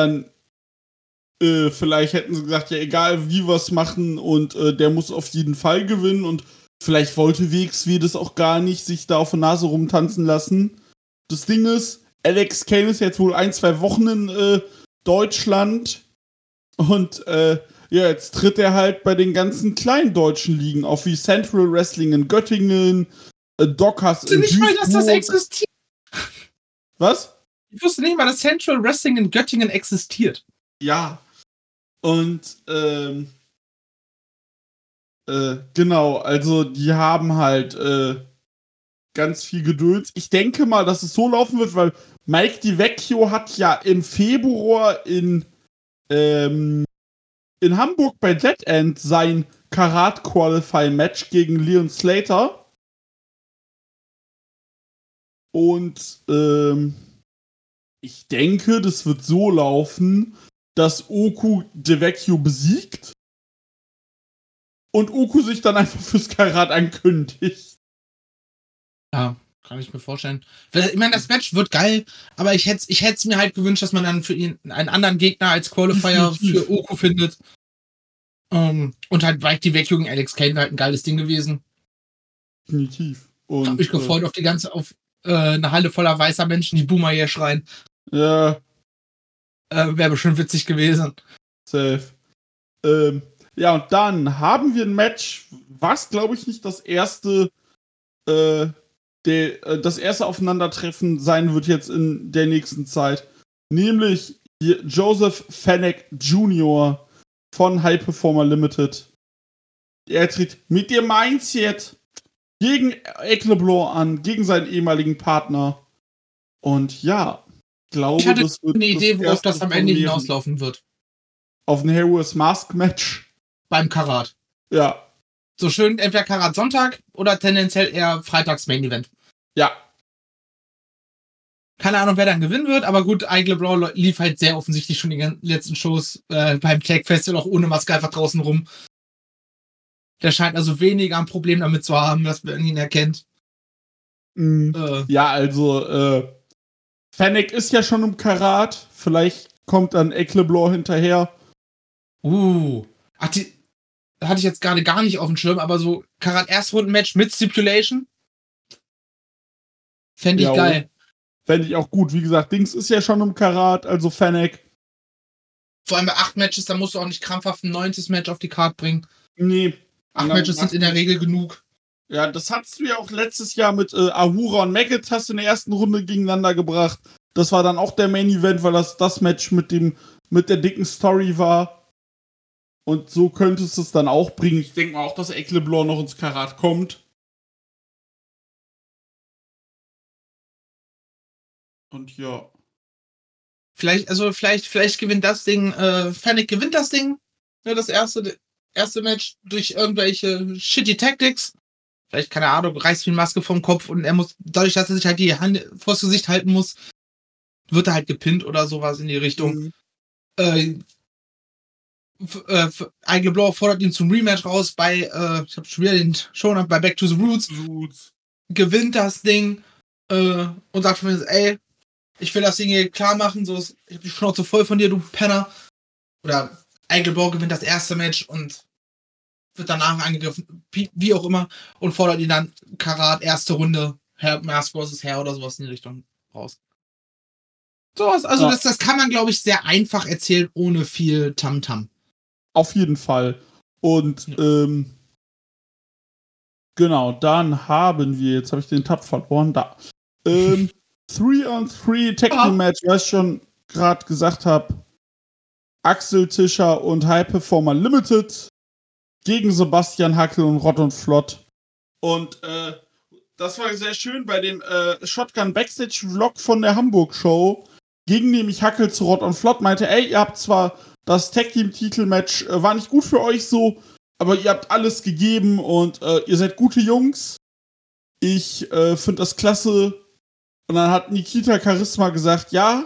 gesagt, ja, egal wie wir es machen und der muss auf jeden Fall gewinnen und vielleicht wollte WXW das auch gar nicht, sich da auf der Nase rumtanzen lassen. Das Ding ist, Alex Kane ist jetzt wohl 1-2 Wochen in Deutschland und ja, jetzt tritt er halt bei den ganzen kleinen deutschen Ligen auf, wie Central Wrestling in Göttingen, Dockers in Duisburg. Ich wusste nicht mal, dass das existiert. Was? Ich wusste nicht mal, dass Central Wrestling in Göttingen existiert. Ja. Und, genau, also die haben halt ganz viel Geduld. Ich denke mal, dass es so laufen wird, weil Mike DiVecchio hat ja im Februar in Hamburg bei Dead End sein Karat-Qualify-Match gegen Leon Slater. Und ich denke, das wird so laufen, dass Oku DiVecchio besiegt und Oku sich dann einfach fürs Karat ankündigt. Ja, kann ich mir vorstellen. Ich meine, das Match wird geil, aber ich hätte es mir halt gewünscht, dass man dann für ihn einen anderen Gegner als Qualifier für Oku findet. Und halt Mike DiVecchio gegen Alex Kane wäre halt ein geiles Ding gewesen. Definitiv. Ich hab mich gefreut auf eine Halle voller weißer Menschen, die Boomer hier schreien. Ja. Wäre bestimmt witzig gewesen. Safe. Ja, und dann haben wir ein Match, was, glaube ich, nicht das erste Aufeinandertreffen sein wird jetzt in der nächsten Zeit. Nämlich Joseph Fennec Jr. von High Performer Limited. Er tritt mit dem Mindset gegen Eric LeBlanc an, gegen seinen ehemaligen Partner. Und ja, ich glaube, das wird eine Idee, worauf das am Ende hinauslaufen wird. Auf ein Heroes Mask Match. Beim Karat. Ja. So schön entweder Karat Sonntag oder tendenziell eher Freitags Main Event. Ja. Keine Ahnung, wer dann gewinnen wird, aber gut, Eric LeBlanc lief halt sehr offensichtlich schon die letzten Shows beim Tag Festival auch ohne Maske einfach draußen rum. Der scheint also weniger ein Problem damit zu haben, dass man ihn erkennt. Ja, also Fennec ist ja schon im Karat. Vielleicht kommt dann Eric LeBlanc hinterher. Hatte ich jetzt gerade gar nicht auf dem Schirm, aber so Karat-Erstrunden-Match mit Stipulation fände ich geil. Fände ich auch gut. Wie gesagt, Dings ist ja schon im Karat, also Fennec. Vor allem bei 8 Matches, da musst du auch nicht krampfhaft ein 9. Match auf die Karte bringen. Nee. 8 Matches sind in der Regel genug. Ja, das hattest du ja auch letztes Jahr mit Ahura und Maggot hast du in der ersten Runde gegeneinander gebracht. Das war dann auch der Main Event, weil das Match mit der dicken Story war. Und so könntest du es dann auch bringen. Ich denke mal auch, dass Eric LeBlanc noch ins Karat kommt. Und ja. Vielleicht gewinnt das Ding, Fennec gewinnt das Ding. Ja, das erste Match durch irgendwelche shitty Tactics. Vielleicht, keine Ahnung, reißt die Maske vom Kopf und er muss, dadurch, dass er sich halt die Hand vors Gesicht halten muss, wird er halt gepinnt oder sowas in die Richtung. Eigene Blow fordert ihn zum Rematch raus bei, ich habe schon wieder den Showdown bei Back to the Roots. Gewinnt das Ding und sagt mir, ey, ich will das Ding hier klar machen, so, ich hab die Schnauze voll von dir, du Penner. Oder Eigene Blow gewinnt das erste Match und wird danach angegriffen, wie auch immer, und fordert ihn dann Karat, erste Runde, Mask vs. Hair oder sowas in die Richtung raus. Sowas, also ja. Das kann man, glaube ich, sehr einfach erzählen, ohne viel Tamtam. Auf jeden Fall. Und genau, dann haben wir, jetzt habe ich den Tab verloren, da. 3-on-3 Tag Team Match, was ich schon gerade gesagt habe. Axel Tischer und High Performer Limited gegen Sebastian Hackel und Rott und Flott. Und das war sehr schön bei dem Shotgun Backstage Vlog von der Hamburg Show. Ging nämlich Hackel zu Rott und Flott, meinte, ey, ihr habt zwar das Tag Team Titelmatch war nicht gut für euch so, aber ihr habt alles gegeben und ihr seid gute Jungs. Ich finde das klasse. Und dann hat Nikita Charisma gesagt, ja,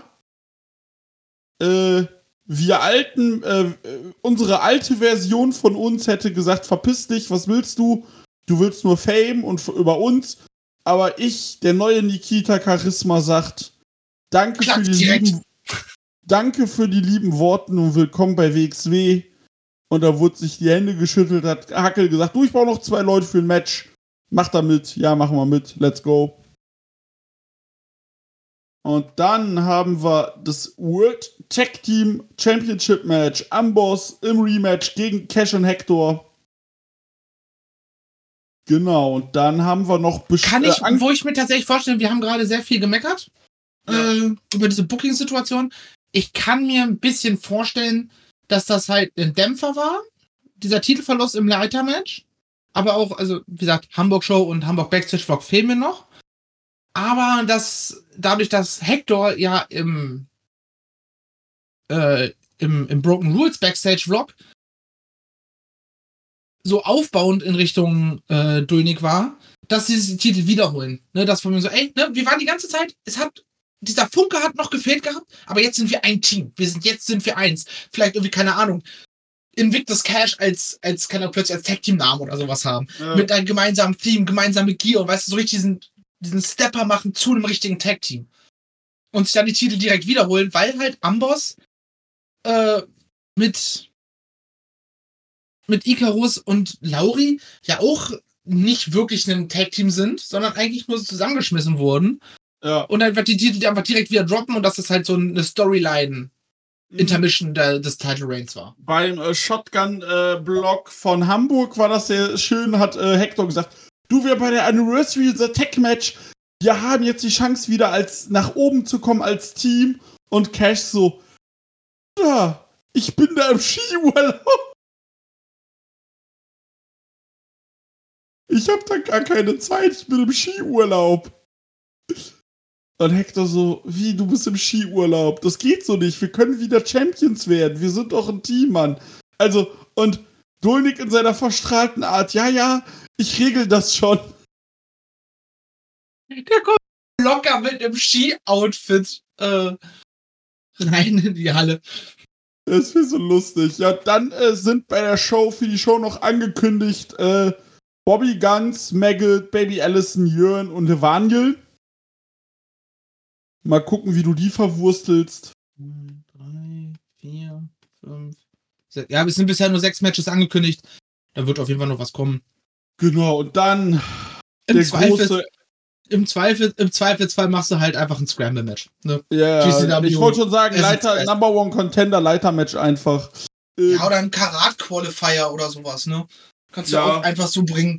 wir alten, unsere alte Version von uns hätte gesagt, verpiss dich, was willst du? Du willst nur Fame und über uns. Aber ich, der neue Nikita Charisma, sagt, danke für die lieben Worten und willkommen bei WXW. Und da wurde sich die Hände geschüttelt, hat Hackel gesagt, du, ich brauche noch 2 Leute für ein Match. Mach da mit. Ja, machen wir mit. Let's go. Und dann haben wir das World Tag Team Championship Match. Amboss im Rematch gegen Cash und Hector. Genau, und dann haben wir noch... wo ich mir tatsächlich vorstelle, wir haben gerade sehr viel gemeckert über diese Booking-Situation. Ich kann mir ein bisschen vorstellen, dass das halt ein Dämpfer war, dieser Titelverlust im Leiter-Match. Aber auch, also wie gesagt, Hamburg-Show und Hamburg Backstage-Vlog fehlen mir noch. Aber dadurch, dass Hector ja im Broken Rules Backstage-Vlog so aufbauend in Richtung Dulnik war, dass sie diesen Titel wiederholen. Ne, das von mir so, ey, ne, wir waren die ganze Zeit, dieser Funke hat noch gefehlt gehabt, aber jetzt sind wir ein Team. Jetzt sind wir eins. Vielleicht irgendwie, keine Ahnung, Invictus Cash als kann er plötzlich als Tag-Team-Namen oder sowas haben. Ja. Mit einem gemeinsamen Theme, gemeinsame Gear und weißt du, so richtig diesen Stepper machen zu einem richtigen Tag-Team. Und sich dann die Titel direkt wiederholen, weil halt Amboss mit Icarus und Lauri ja auch nicht wirklich ein Tag-Team sind, sondern eigentlich nur zusammengeschmissen wurden. Ja. Und dann wird die Titel einfach direkt wieder droppen und das ist halt so eine Storyline-Intermission des Title Reigns war. Beim Shotgun-Block von Hamburg war das sehr schön, hat Hector gesagt, du, wir bei der Anniversary The Tag Match, wir haben jetzt die Chance wieder nach oben zu kommen als Team. Und Cash so, ja, ich bin da im Skiurlaub. Ich hab da gar keine Zeit, ich bin im Skiurlaub. Und Hector so, wie, du bist im Skiurlaub? Das geht so nicht, wir können wieder Champions werden, wir sind doch ein Team, Mann. Also, und Dulnik in seiner verstrahlten Art, ja, ich regel das schon. Der kommt locker mit einem Ski-Outfit rein in die Halle. Das wäre so lustig. Ja, dann sind bei der Show, für die Show noch angekündigt, Bobby Guns, Maggot, Baby Allison, Jörn und Evangel. Mal gucken, wie du die verwurstelst. 3, 4, 5, 6. Ja, es sind bisher nur 6 Matches angekündigt. Da wird auf jeden Fall noch was kommen. Genau, und dann Im Zweifelsfall machst du halt einfach ein Scramble-Match. Ne? Ja, ich wollte schon sagen, Number One Contender, Leiter-Match einfach. Ja, oder ein Karat-Qualifier oder sowas, ne? Kannst du auch einfach so bringen.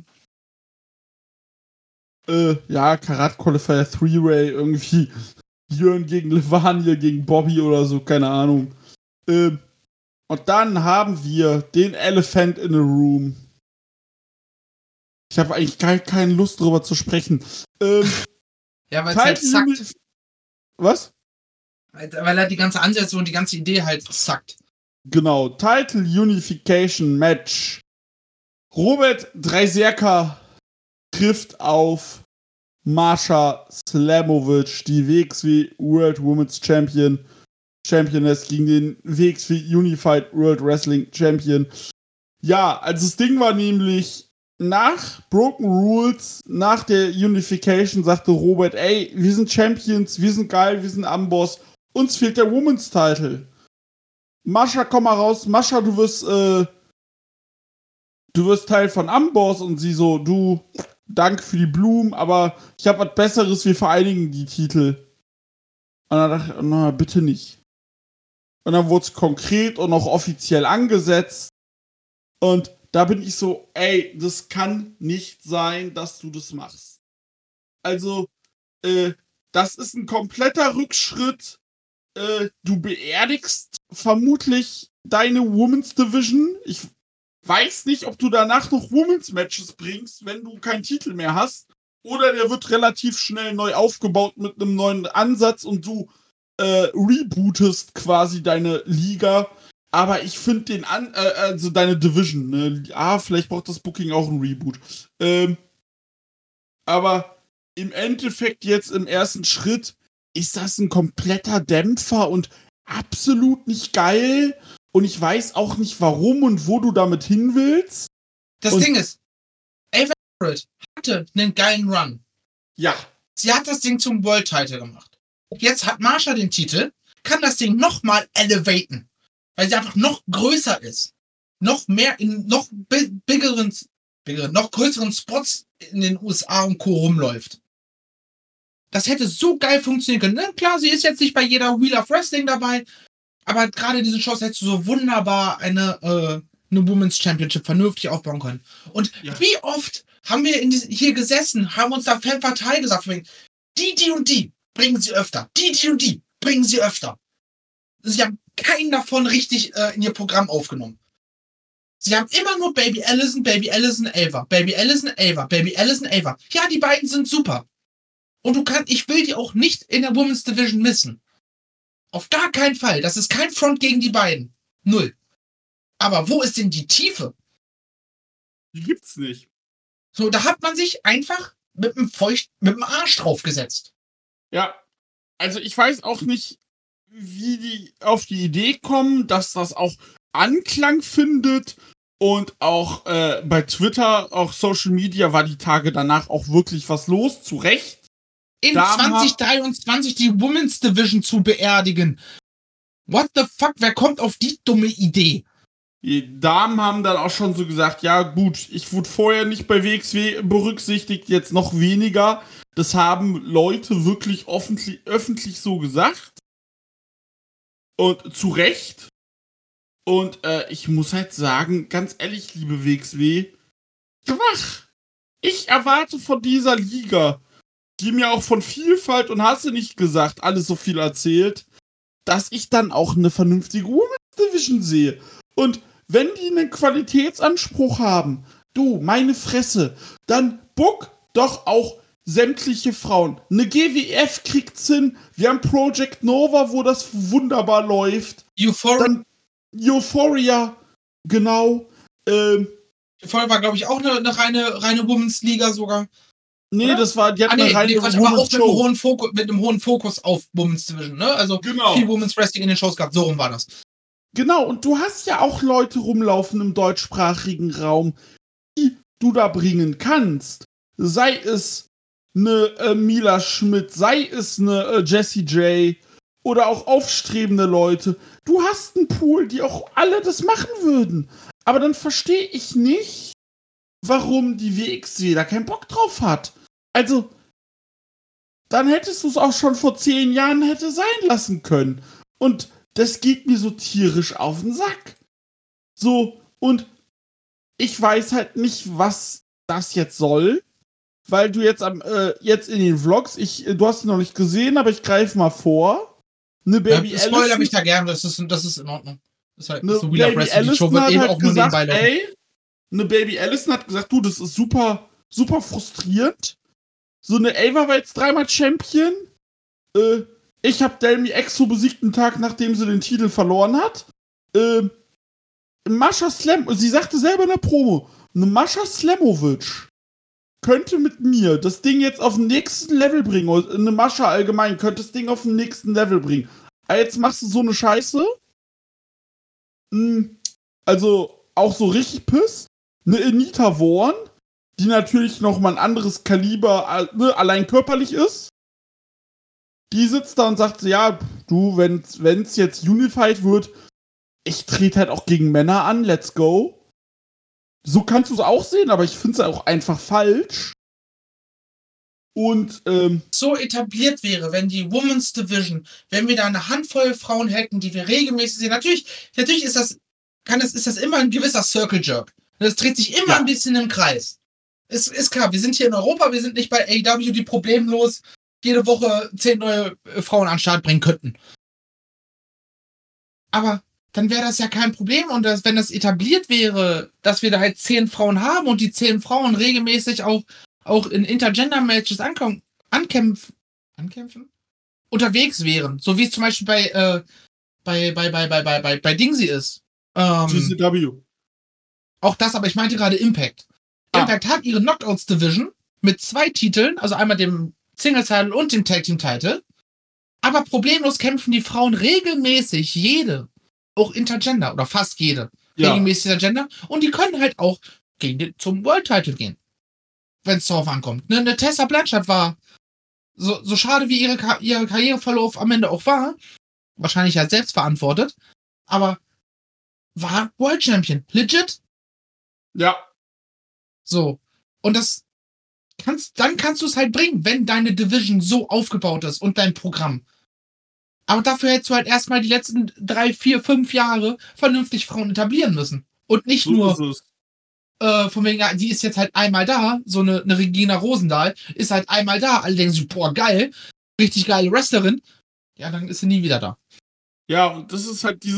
Karat-Qualifier 3-Way irgendwie. Jörn gegen Levaniel gegen Bobby oder so, keine Ahnung. Und dann haben wir den Elephant in the Room. Ich habe eigentlich keine Lust drüber zu sprechen. Ja, weil es halt zackt. Was? Weil halt die ganze Ansetzung und die ganze Idee halt zackt. Genau, Title Unification Match. Robert Dreiserka trifft auf Marsha Slamovich, die WXW World Women's Champion. Championess gegen den WXW Unified World Wrestling Champion. Ja, also das Ding war nämlich, nach Broken Rules, nach der Unification, sagte Robert, ey, wir sind Champions, wir sind geil, wir sind Amboss, uns fehlt der Women's Title. Mascha, komm mal raus. Mascha, du wirst Teil von Amboss. Und sie so, du, danke für die Blumen, aber ich habe was Besseres, wir vereinigen die Titel. Und dann dachte ich, na, bitte nicht. Und dann wurde es konkret und auch offiziell angesetzt. Und da bin ich so, ey, das kann nicht sein, dass du das machst. Also, das ist ein kompletter Rückschritt. Du beerdigst vermutlich deine Women's Division. Ich weiß nicht, ob du danach noch Women's Matches bringst, wenn du keinen Titel mehr hast. Oder der wird relativ schnell neu aufgebaut mit einem neuen Ansatz und du rebootest quasi deine Liga. Aber ich finde also deine Division, ne? Vielleicht braucht das Booking auch ein Reboot. Aber im Endeffekt jetzt im ersten Schritt ist das ein kompletter Dämpfer und absolut nicht geil. Und ich weiß auch nicht, warum und wo du damit hin willst. Das Ding ist, Ava Everett hatte einen geilen Run. Ja. Sie hat das Ding zum World Title gemacht. Jetzt hat Mascha den Titel, kann das Ding nochmal elevaten. Weil sie einfach noch größer ist. Noch mehr in noch noch größeren Spots in den USA und Co. rumläuft. Das hätte so geil funktionieren können. Ne? Klar, sie ist jetzt nicht bei jeder Wheel of Wrestling dabei, aber gerade diese Shows hättest du so wunderbar eine Women's Championship vernünftig aufbauen können. Und wie oft haben wir hier gesessen, haben uns da Fan-Partei gesagt, die und die bringen sie öfter. Die und die bringen sie öfter. Sie haben keinen davon richtig in ihr Programm aufgenommen. Sie haben immer nur Baby Allison, Ava. Baby Allison, Ava. Baby Allison, Ava. Ja, die beiden sind super. Und ich will die auch nicht in der Women's Division missen. Auf gar keinen Fall. Das ist kein Front gegen die beiden. Null. Aber wo ist denn die Tiefe? Die gibt's nicht. So, da hat man sich einfach mit dem Arsch draufgesetzt. Ja. Also ich weiß auch nicht, wie die auf die Idee kommen, dass das auch Anklang findet. Und auch bei Twitter, auch Social Media, war die Tage danach auch wirklich was los. Zu Recht. In 2023 die Women's Division zu beerdigen. What the fuck? Wer kommt auf die dumme Idee? Die Damen haben dann auch schon so gesagt, ja gut, ich wurde vorher nicht bei WXW berücksichtigt, jetzt noch weniger. Das haben Leute wirklich öffentlich so gesagt. Und zu Recht. Und ich muss halt sagen, ganz ehrlich, liebe WXW, schwach. Ich erwarte von dieser Liga, die mir auch von Vielfalt und hast du nicht gesagt, alles so viel erzählt, dass ich dann auch eine vernünftige Women's Division sehe. Und wenn die einen Qualitätsanspruch haben, du, meine Fresse, dann book doch auch sämtliche Frauen. Eine GWF kriegt's hin. Wir haben Project Nova, wo das wunderbar läuft. Euphoria, genau. Euphoria war, glaube ich, auch eine reine Women's Liga sogar. Nee, oder? die hatten eine reine Women's aber auch mit einem hohen Fokus auf Women's Division, ne? Also genau. Viel Women's Wrestling in den Shows gehabt, so rum war das. Genau, und du hast ja auch Leute rumlaufen im deutschsprachigen Raum, die du da bringen kannst. Sei es eine Mila Schmidt, sei es eine Jessie J oder auch aufstrebende Leute. Du hast einen Pool, die auch alle das machen würden. Aber dann verstehe ich nicht, warum die WXW da keinen Bock drauf hat. Also, dann hättest du es auch schon vor 10 Jahren hätte sein lassen können. Und das geht mir so tierisch auf den Sack. So, und ich weiß halt nicht, was das jetzt soll, weil du jetzt in den Vlogs, du hast ihn noch nicht gesehen, aber ich greife mal vor. Eine Baby Allison. Spoiler mich da gerne, das ist in Ordnung. Das ist halt so Wheel of Wrestling. Die Show wird eben auch nur nebenbei laufen. Eine Baby Allison hat gesagt, du, das ist super, super frustrierend. So eine Ava war jetzt 3-mal Champion. Ich habe Delmi Exo besiegt einen Tag, nachdem sie den Titel verloren hat. Mascha Slam, sie sagte selber in der Promo, eine Mascha Slamovic könnte mit mir das Ding jetzt auf den nächsten Level bringen. Eine Mascha allgemein könnte das Ding auf den nächsten Level bringen. jetzt machst du so eine Scheiße. Also auch so richtig pisst. Eine Anita Warren, die natürlich noch mal ein anderes Kaliber, allein körperlich ist. Die sitzt da und sagt, ja, du, wenn's jetzt Unified wird, ich trete halt auch gegen Männer an, let's go. So kannst du es auch sehen, aber ich finde es auch einfach falsch. Und so etabliert wäre, wenn die Women's Division, wenn wir da eine Handvoll Frauen hätten, die wir regelmäßig sehen. Natürlich ist das immer ein gewisser Circle Jerk. Das dreht sich immer ein bisschen im Kreis. Ist klar, wir sind hier in Europa, wir sind nicht bei AEW, die problemlos jede Woche 10 neue Frauen an den Start bringen könnten. Aber dann wäre das ja kein Problem. Und wenn das etabliert wäre, dass wir da halt 10 Frauen haben und die 10 Frauen regelmäßig auch in Intergender-Matches ankämpfen? Unterwegs wären. So wie es zum Beispiel bei Dingsy ist. GCW. Auch das, aber ich meinte gerade Impact. Impact hat ihre Knockouts-Division mit 2 Titeln, also einmal dem Single-Title und dem Tag-Team-Title. Aber problemlos kämpfen die Frauen regelmäßig jede, auch Intergender oder fast jede, regelmäßig Intergender. Und die können halt auch zum World-Title gehen, wenn es darauf ankommt. Eine Tessa Blanchard war, so schade wie ihre Karriereverlauf am Ende auch war, wahrscheinlich ja selbst verantwortet, aber war World Champion. Legit. Ja. So. Und dann kannst du es halt bringen, wenn deine Division so aufgebaut ist und dein Programm. Aber dafür hättest du halt erstmal die letzten 3, 4, 5 Jahre vernünftig Frauen etablieren müssen. Und nicht So nur ist von wegen, ja, die ist jetzt halt einmal da, so eine Regina Rosendahl ist halt einmal da. Alle denken so, boah, geil, richtig geile Wrestlerin. Ja, dann ist sie nie wieder da. Ja, und das ist halt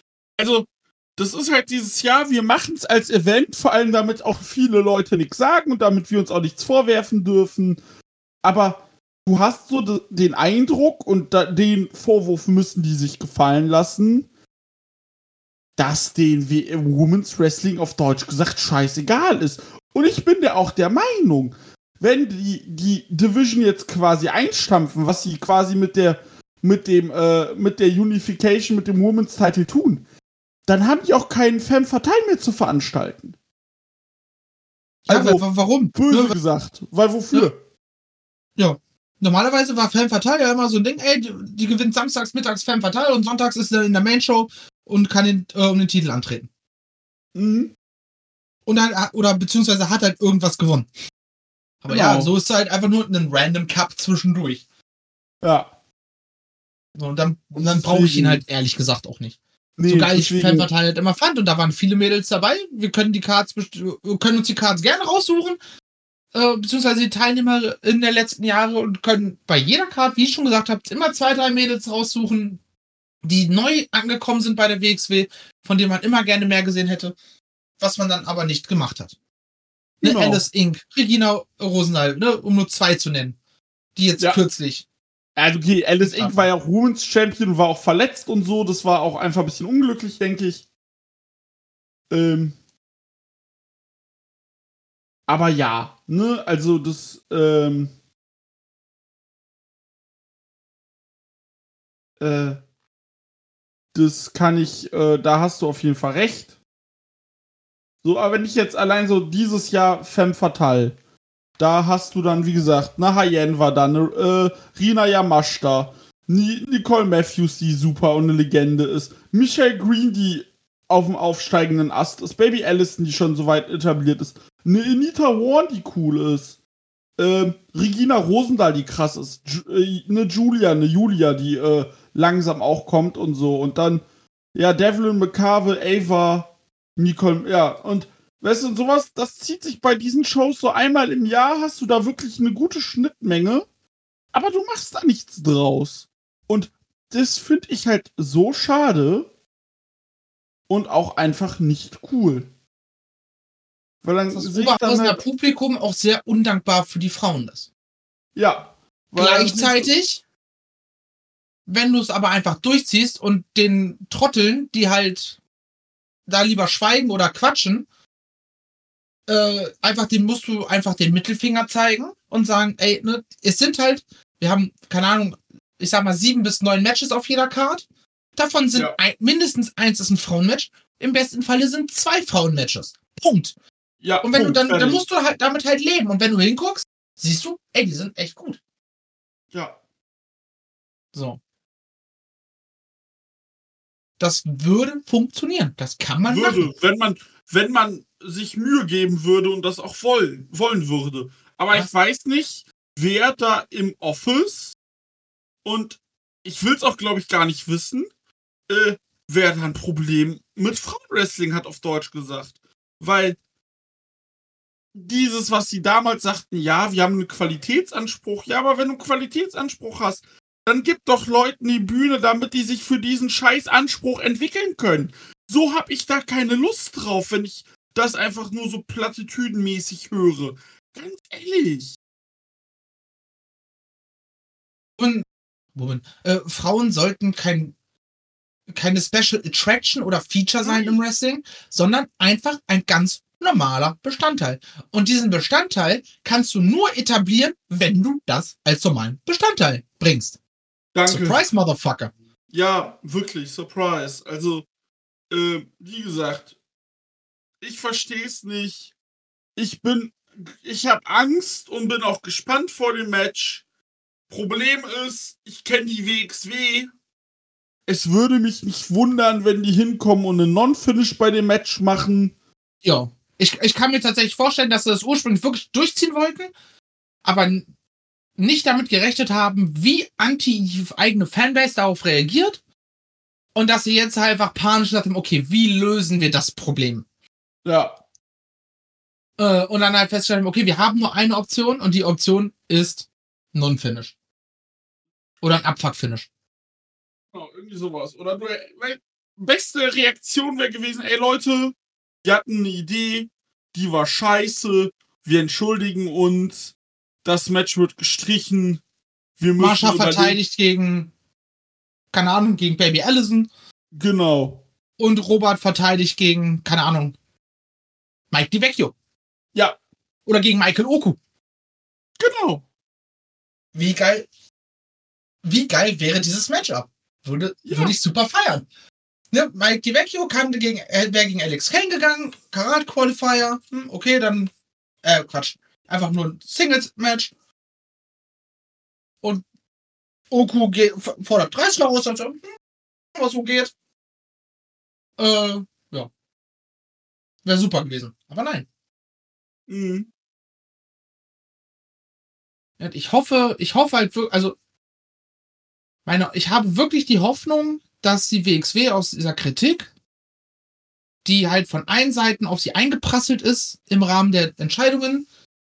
dieses Jahr, wir machen es als Event, vor allem damit auch viele Leute nichts sagen und damit wir uns auch nichts vorwerfen dürfen. Aber du hast so den Eindruck und den Vorwurf müssen die sich gefallen lassen, dass den Women's Wrestling auf Deutsch gesagt scheißegal ist. Und ich bin ja auch der Meinung, wenn die Division jetzt quasi einstampfen, was sie quasi mit der Unification, mit dem Women's Title tun, dann haben die auch keinen Femme Fatale mehr zu veranstalten. Ja, Also, warum? Böse gesagt. Weil wofür? Ja. Normalerweise war Femme Fatale ja immer so ein Ding, ey, die gewinnt samstags, mittags Femme Fatale und sonntags ist sie in der Main-Show und kann um den Titel antreten. Mhm. Und dann, oder beziehungsweise hat halt irgendwas gewonnen. Aber Genau. ja, so ist es halt einfach nur ein Random Cup zwischendurch. Ja. Und dann brauche ich ihn halt ehrlich gesagt auch nicht. Nee, so geil ich deswegen- Femme Fatale halt immer fand und da waren viele Mädels dabei. Wir können uns die Cards gerne raussuchen. Beziehungsweise die Teilnehmer in der letzten Jahre und können bei jeder Card, wie ich schon gesagt habe, immer 2, 3 Mädels raussuchen, die neu angekommen sind bei der WXW, von denen man immer gerne mehr gesehen hätte, was man dann aber nicht gemacht hat. Genau. Alice Inc., Regina Rosendahl, um nur 2 zu nennen, die jetzt kürzlich. Also okay, Alice Inc. war ja auch Women's Champion und war auch verletzt und so, das war auch einfach ein bisschen unglücklich, denke ich. Aber ja, ne, also das, das kann ich, da hast du auf jeden Fall recht. So, aber wenn ich jetzt allein so dieses Jahr Femme Fatale, da hast du dann, wie gesagt, eine Hayen war da, eine Rina Yamashita, Nicole Matthews, die super und eine Legende ist, Michelle Green, die auf dem aufsteigenden Ast ist, Baby Allison, die schon so weit etabliert ist, eine Anita Warren, die cool ist, Regina Rosendahl, die krass ist, eine Julia, die langsam auch kommt und so, und dann, ja, Devlin McCarville, Ava, Nicole, ja, und weißt du, sowas, das zieht sich bei diesen Shows so einmal im Jahr, hast du da wirklich eine gute Schnittmenge, aber du machst da nichts draus. Und das finde ich halt so schade und auch einfach nicht cool. Weil dann Das sehe ich dann Oberhausener halt, Publikum auch sehr undankbar für die Frauen ist. ja. Weil Gleichzeitig, wenn du es aber einfach durchziehst und den Trotteln, die halt da lieber schweigen oder quatschen, musst du einfach den Mittelfinger zeigen und sagen, ey, ne, es sind halt, wir haben, keine Ahnung, ich sag mal, 7 bis 9 Matches auf jeder Card. Davon sind mindestens 1 ist ein Frauenmatch. Im besten Falle sind 2 Frauenmatches. Punkt. Ja, und wenn Punkt, du dann musst du halt damit halt leben. Und wenn du hinguckst, siehst du, ey, die sind echt gut. Ja. So. Das würde funktionieren. Das kann man machen. Wenn man sich Mühe geben würde und das auch wollen würde. Aber ich weiß nicht, wer da im Office, und ich will es auch, glaube ich, gar nicht wissen, wer da ein Problem mit Frauenwrestling hat, auf Deutsch gesagt. Weil dieses, was sie damals sagten, ja, wir haben einen Qualitätsanspruch. Ja, aber wenn du einen Qualitätsanspruch hast, dann gib doch Leuten die Bühne, damit die sich für diesen Scheißanspruch entwickeln können. So habe ich da keine Lust drauf, wenn ich das einfach nur so plattitüdenmäßig höre. Ganz ehrlich. Frauen sollten keine Special Attraction oder Feature sein im Wrestling, sondern einfach ein ganz normaler Bestandteil. Und diesen Bestandteil kannst du nur etablieren, wenn du das als normalen Bestandteil bringst. Danke. Surprise, Motherfucker. Ja, wirklich, Surprise. Also, wie gesagt, ich verstehe es nicht. Ich habe Angst und bin auch gespannt vor dem Match. Problem ist, ich kenne die WXW. Es würde mich nicht wundern, wenn die hinkommen und einen Non-Finish bei dem Match machen. Ja, ich kann mir tatsächlich vorstellen, dass sie das ursprünglich wirklich durchziehen wollten, aber nicht damit gerechnet haben, wie anti-eigene Fanbase darauf reagiert und dass sie jetzt halt einfach panisch sagten, okay, wie lösen wir das Problem? Ja. Und dann halt feststellen, okay, wir haben nur eine Option und die Option ist Non-Finish. Oder ein Abfuck-Finish. Genau, irgendwie sowas. Oder beste Reaktion wäre gewesen, ey Leute, wir hatten eine Idee, die war scheiße, wir entschuldigen uns, das Match wird gestrichen, wir müssen Marsha verteidigt gegen, keine Ahnung, gegen Baby Allison. Genau. Und Robert verteidigt gegen, keine Ahnung, Mike DiVecchio. Ja. Oder gegen Michael Oku. Genau. Wie geil wäre dieses Matchup? Würde ich super feiern. Ne, Mike DiVecchio wäre gegen Alex Kane gegangen, Karat Qualifier, okay, dann, Quatsch, einfach nur ein Singles-Match. Und Oku fordert Preisler aus, also, was so geht. Ja. Wäre super gewesen, aber nein. Mhm. Ich hoffe halt wirklich, also, ich habe wirklich die Hoffnung, dass die WXW aus dieser Kritik, die halt von allen Seiten auf sie eingeprasselt ist im Rahmen der Entscheidungen,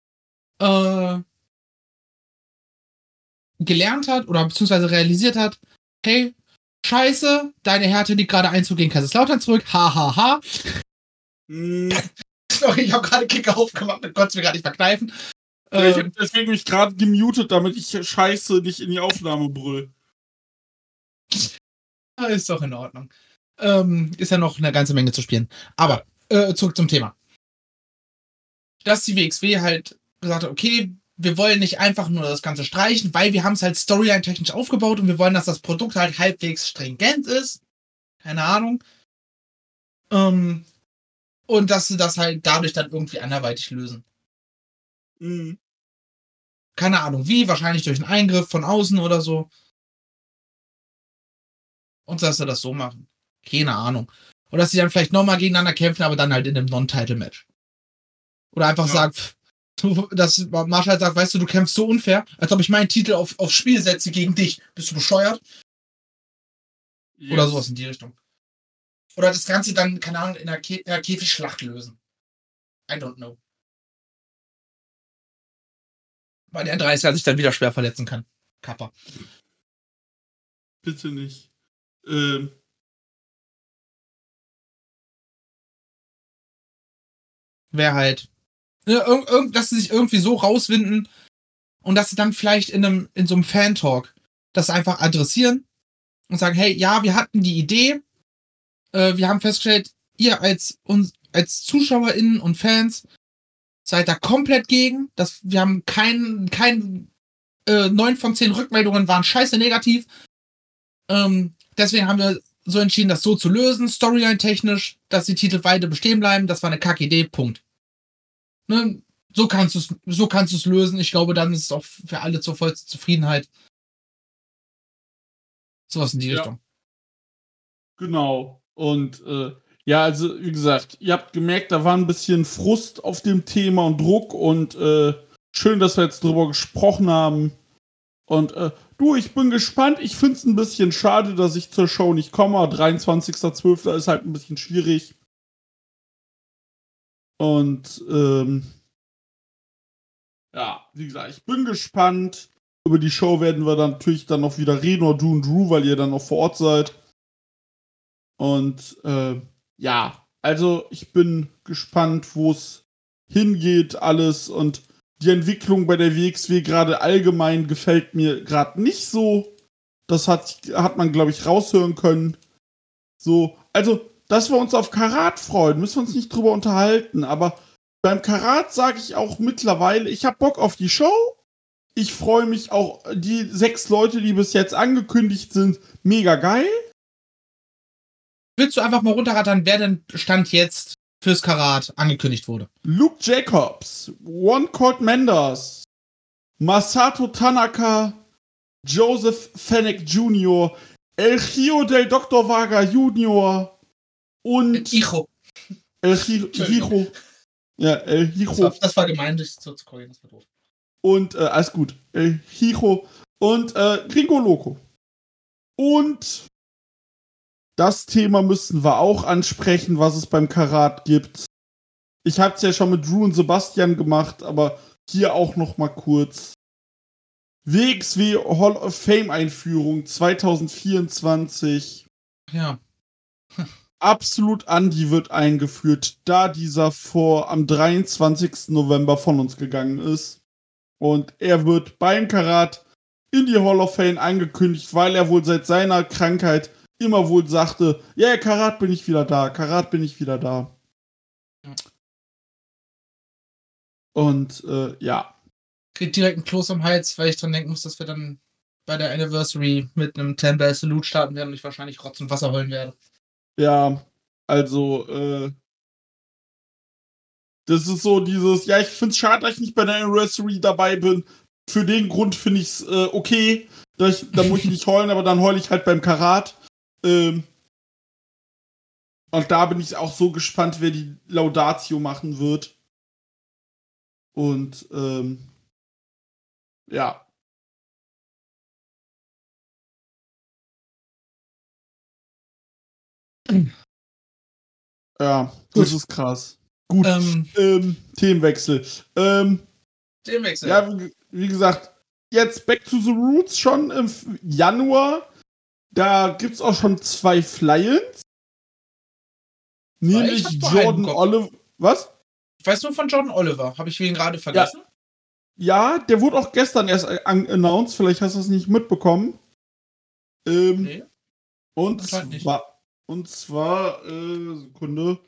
gelernt hat oder beziehungsweise realisiert hat, hey, scheiße, deine Härte liegt gerade Einzug gegen Kaiserslautern zurück, ha. Sorry, ich habe gerade Kicker aufgemacht und konnte es mir gerade nicht verkneifen. Ja, ich habe deswegen mich gerade gemutet, damit ich Scheiße nicht in die Aufnahme brüll. Ist doch in Ordnung. Ist ja noch eine ganze Menge zu spielen. Aber zurück zum Thema. Dass die WXW halt gesagt hat, okay, wir wollen nicht einfach nur das Ganze streichen, weil wir haben es halt storyline-technisch aufgebaut und wir wollen, dass das Produkt halt halbwegs stringent ist. Keine Ahnung. Und dass sie das halt dadurch dann irgendwie anderweitig lösen. Mhm. Keine Ahnung wie, wahrscheinlich durch einen Eingriff von außen oder so. Und dass sie das so machen. Keine Ahnung. Oder dass sie dann vielleicht nochmal gegeneinander kämpfen, aber dann halt in einem Non-Title-Match. Oder einfach sagen, dass Marshall sagt, weißt du, du kämpfst so unfair, als ob ich meinen Titel aufs Spiel setze gegen dich. Bist du bescheuert? Yes. Oder sowas in die Richtung. Oder das Ganze dann, keine Ahnung, in einer Käfigschlacht lösen. I don't know. Weil der 30er sich dann wieder schwer verletzen kann. Kappa. Bitte nicht. Wäre halt, dass sie sich irgendwie so rauswinden und dass sie dann vielleicht in so einem Fan-Talk das einfach adressieren und sagen, hey, ja, wir hatten die Idee, wir haben festgestellt, ihr als ZuschauerInnen und Fans seid da komplett gegen, wir haben kein 9 von 10 Rückmeldungen waren scheiße negativ. Deswegen haben wir so entschieden, das so zu lösen, Storyline-technisch, dass die Titel beide bestehen bleiben. Das war eine Kackidee, Punkt. Ne? So kannst du es lösen. Ich glaube, dann ist es auch für alle zur vollsten Zufriedenheit. Sowas in die Richtung. Genau. Und ja, also wie gesagt, ihr habt gemerkt, da war ein bisschen Frust auf dem Thema und Druck und schön, dass wir jetzt drüber gesprochen haben. Und ich bin gespannt. Ich finde es ein bisschen schade, dass ich zur Show nicht komme. 23.12. ist halt ein bisschen schwierig. Und ja, wie gesagt, ich bin gespannt. Über die Show werden wir dann natürlich dann noch wieder reden, oder du und Drew, weil ihr dann noch vor Ort seid. Und ja, also ich bin gespannt, wo es hingeht, alles. Und die Entwicklung bei der WXW gerade allgemein gefällt mir gerade nicht so. Das hat man, glaube ich, raushören können. So, also, dass wir uns auf Karat freuen, müssen wir uns nicht drüber unterhalten. Aber beim Karat sage ich auch mittlerweile, ich habe Bock auf die Show. Ich freue mich auch, die 6 Leute, die bis jetzt angekündigt sind, mega geil. Willst du einfach mal runterrattern, wer denn Stand jetzt fürs Karat angekündigt wurde? Luke Jacobs, One Court Menders, Masato Tanaka, Joseph Fennec Jr., El Hijo del Dr. Vaga Jr. und Hijo. El Hijo. Ja, El Hijo. Das war gemeint, dich zu korrigieren, das war doof. Und, alles gut. El Hijo und Gringo Loco. Und das Thema müssen wir auch ansprechen, was es beim Karat gibt. Ich hab's ja schon mit Drew und Sebastian gemacht, aber hier auch noch mal kurz. WXW Hall of Fame Einführung 2024. Ja. Absolut Andy wird eingeführt, da dieser am 23. November von uns gegangen ist. Und er wird beim Karat in die Hall of Fame angekündigt, weil er wohl seit seiner Krankheit immer wohl sagte, ja, yeah, Karat bin ich wieder da, Karat bin ich wieder da. Ja. Und, ja. Kriegt direkt einen Kloß am Hals, weil ich dran denken muss, dass wir dann bei der Anniversary mit einem 10-Bell Salute starten werden und ich wahrscheinlich Rotz und Wasser heulen werde. Ja, also, das ist so dieses, ja, ich find's schade, dass ich nicht bei der Anniversary dabei bin. Für den Grund finde ich's okay. Da muss ich nicht heulen, aber dann heule ich halt beim Karat. Und da bin ich auch so gespannt, wer die Laudatio machen wird. Und, ja. Ja, das ist krass. Gut, Themenwechsel. Themenwechsel. Ja, wie gesagt, jetzt Back to the Roots schon im Januar. Da gibt's auch schon 2 Fly-Ins. Nämlich Jordan Oliver. Was? Ich weiß nur von Jordan Oliver. Habe ich ihn gerade vergessen? Ja, der wurde auch gestern erst announced. Vielleicht hast du es nicht mitbekommen. Nee. Und zwar, Sekunde.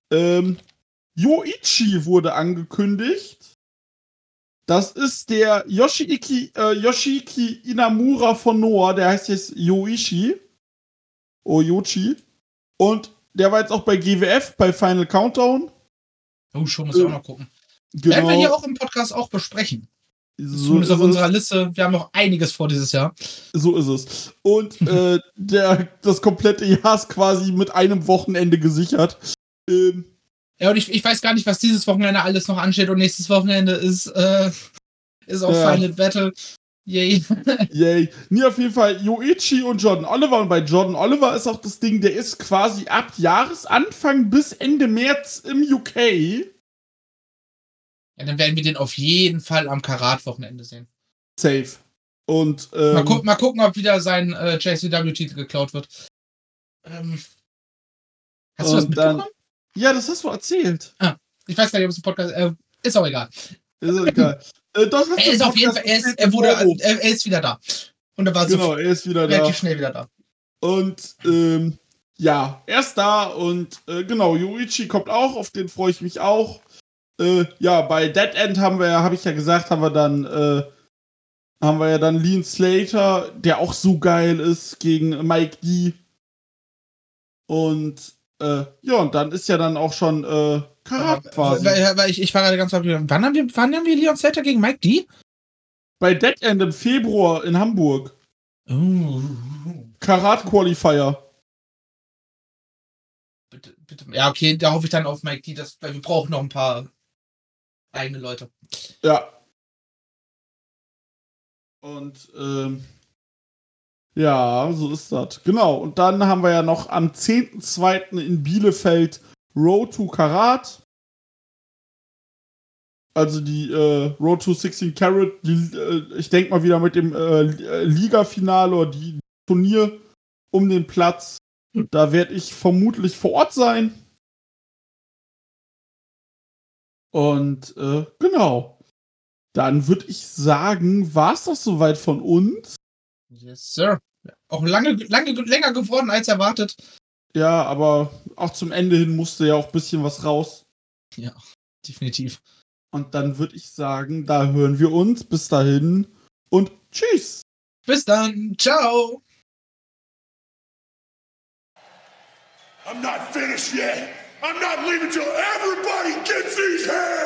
Yoichi wurde angekündigt. Das ist der Yoshiki Inamura von Noah. Der heißt jetzt Yoichi. Yoichi. Und der war jetzt auch bei GWF, bei Final Countdown. Oh, schon, muss ich auch noch gucken. Genau. Werden wir hier auch im Podcast auch besprechen. Zumindest auf unserer Liste. Wir haben noch einiges vor dieses Jahr. So ist es. Und das komplette Jahr ist quasi mit einem Wochenende gesichert. Ja, und ich weiß gar nicht, was dieses Wochenende alles noch ansteht. Und nächstes Wochenende ist auch Final Battle. Yay. Yay. Nee, auf jeden Fall Yoichi und Jordan Oliver. Und bei Jordan Oliver ist auch das Ding, der ist quasi ab Jahresanfang bis Ende März im UK. Ja, dann werden wir den auf jeden Fall am Karat-Wochenende sehen. Safe. Und, mal gucken, ob wieder sein JCW-Titel geklaut wird. Hast du das mitbekommen? Ja, das hast du erzählt. Ich weiß gar nicht, ob es ein Podcast ist auch egal. Ist auch egal. Er ist auf jeden Fall, er ist wieder da. Und er war er ist wieder da. Relativ schnell wieder da. Und, ja, er ist da und, genau, Yoichi kommt auch, auf den freue ich mich auch. Ja, bei Dead End habe ich ja gesagt, haben wir dann, haben wir ja dann Lean Slater, der auch so geil ist, gegen Mike D. Und und dann ist ja dann auch schon Karat quasi. Weil ich war gerade ganz verwirrt. Wann haben wir Leon Slater gegen Mike D? Bei Dead End im Februar in Hamburg. Karat Qualifier. Bitte. Ja, okay, da hoffe ich dann auf Mike D, weil wir brauchen noch ein paar eigene Leute. Ja. Und ja, so ist das. Genau. Und dann haben wir ja noch am 10.2. in Bielefeld Road to Karat. Also die Road to 16 Carat, ich denke mal wieder mit dem Liga-Finale oder die Turnier um den Platz. Da werde ich vermutlich vor Ort sein. Und genau. Dann würde ich sagen, war es das soweit von uns? Yes, Sir. Auch länger geworden als erwartet. Ja, aber auch zum Ende hin musste ja auch ein bisschen was raus. Ja, definitiv. Und dann würde ich sagen, da hören wir uns. Bis dahin und tschüss. Bis dann. Ciao. I'm not finished yet. I'm not leaving till everybody gets these hands.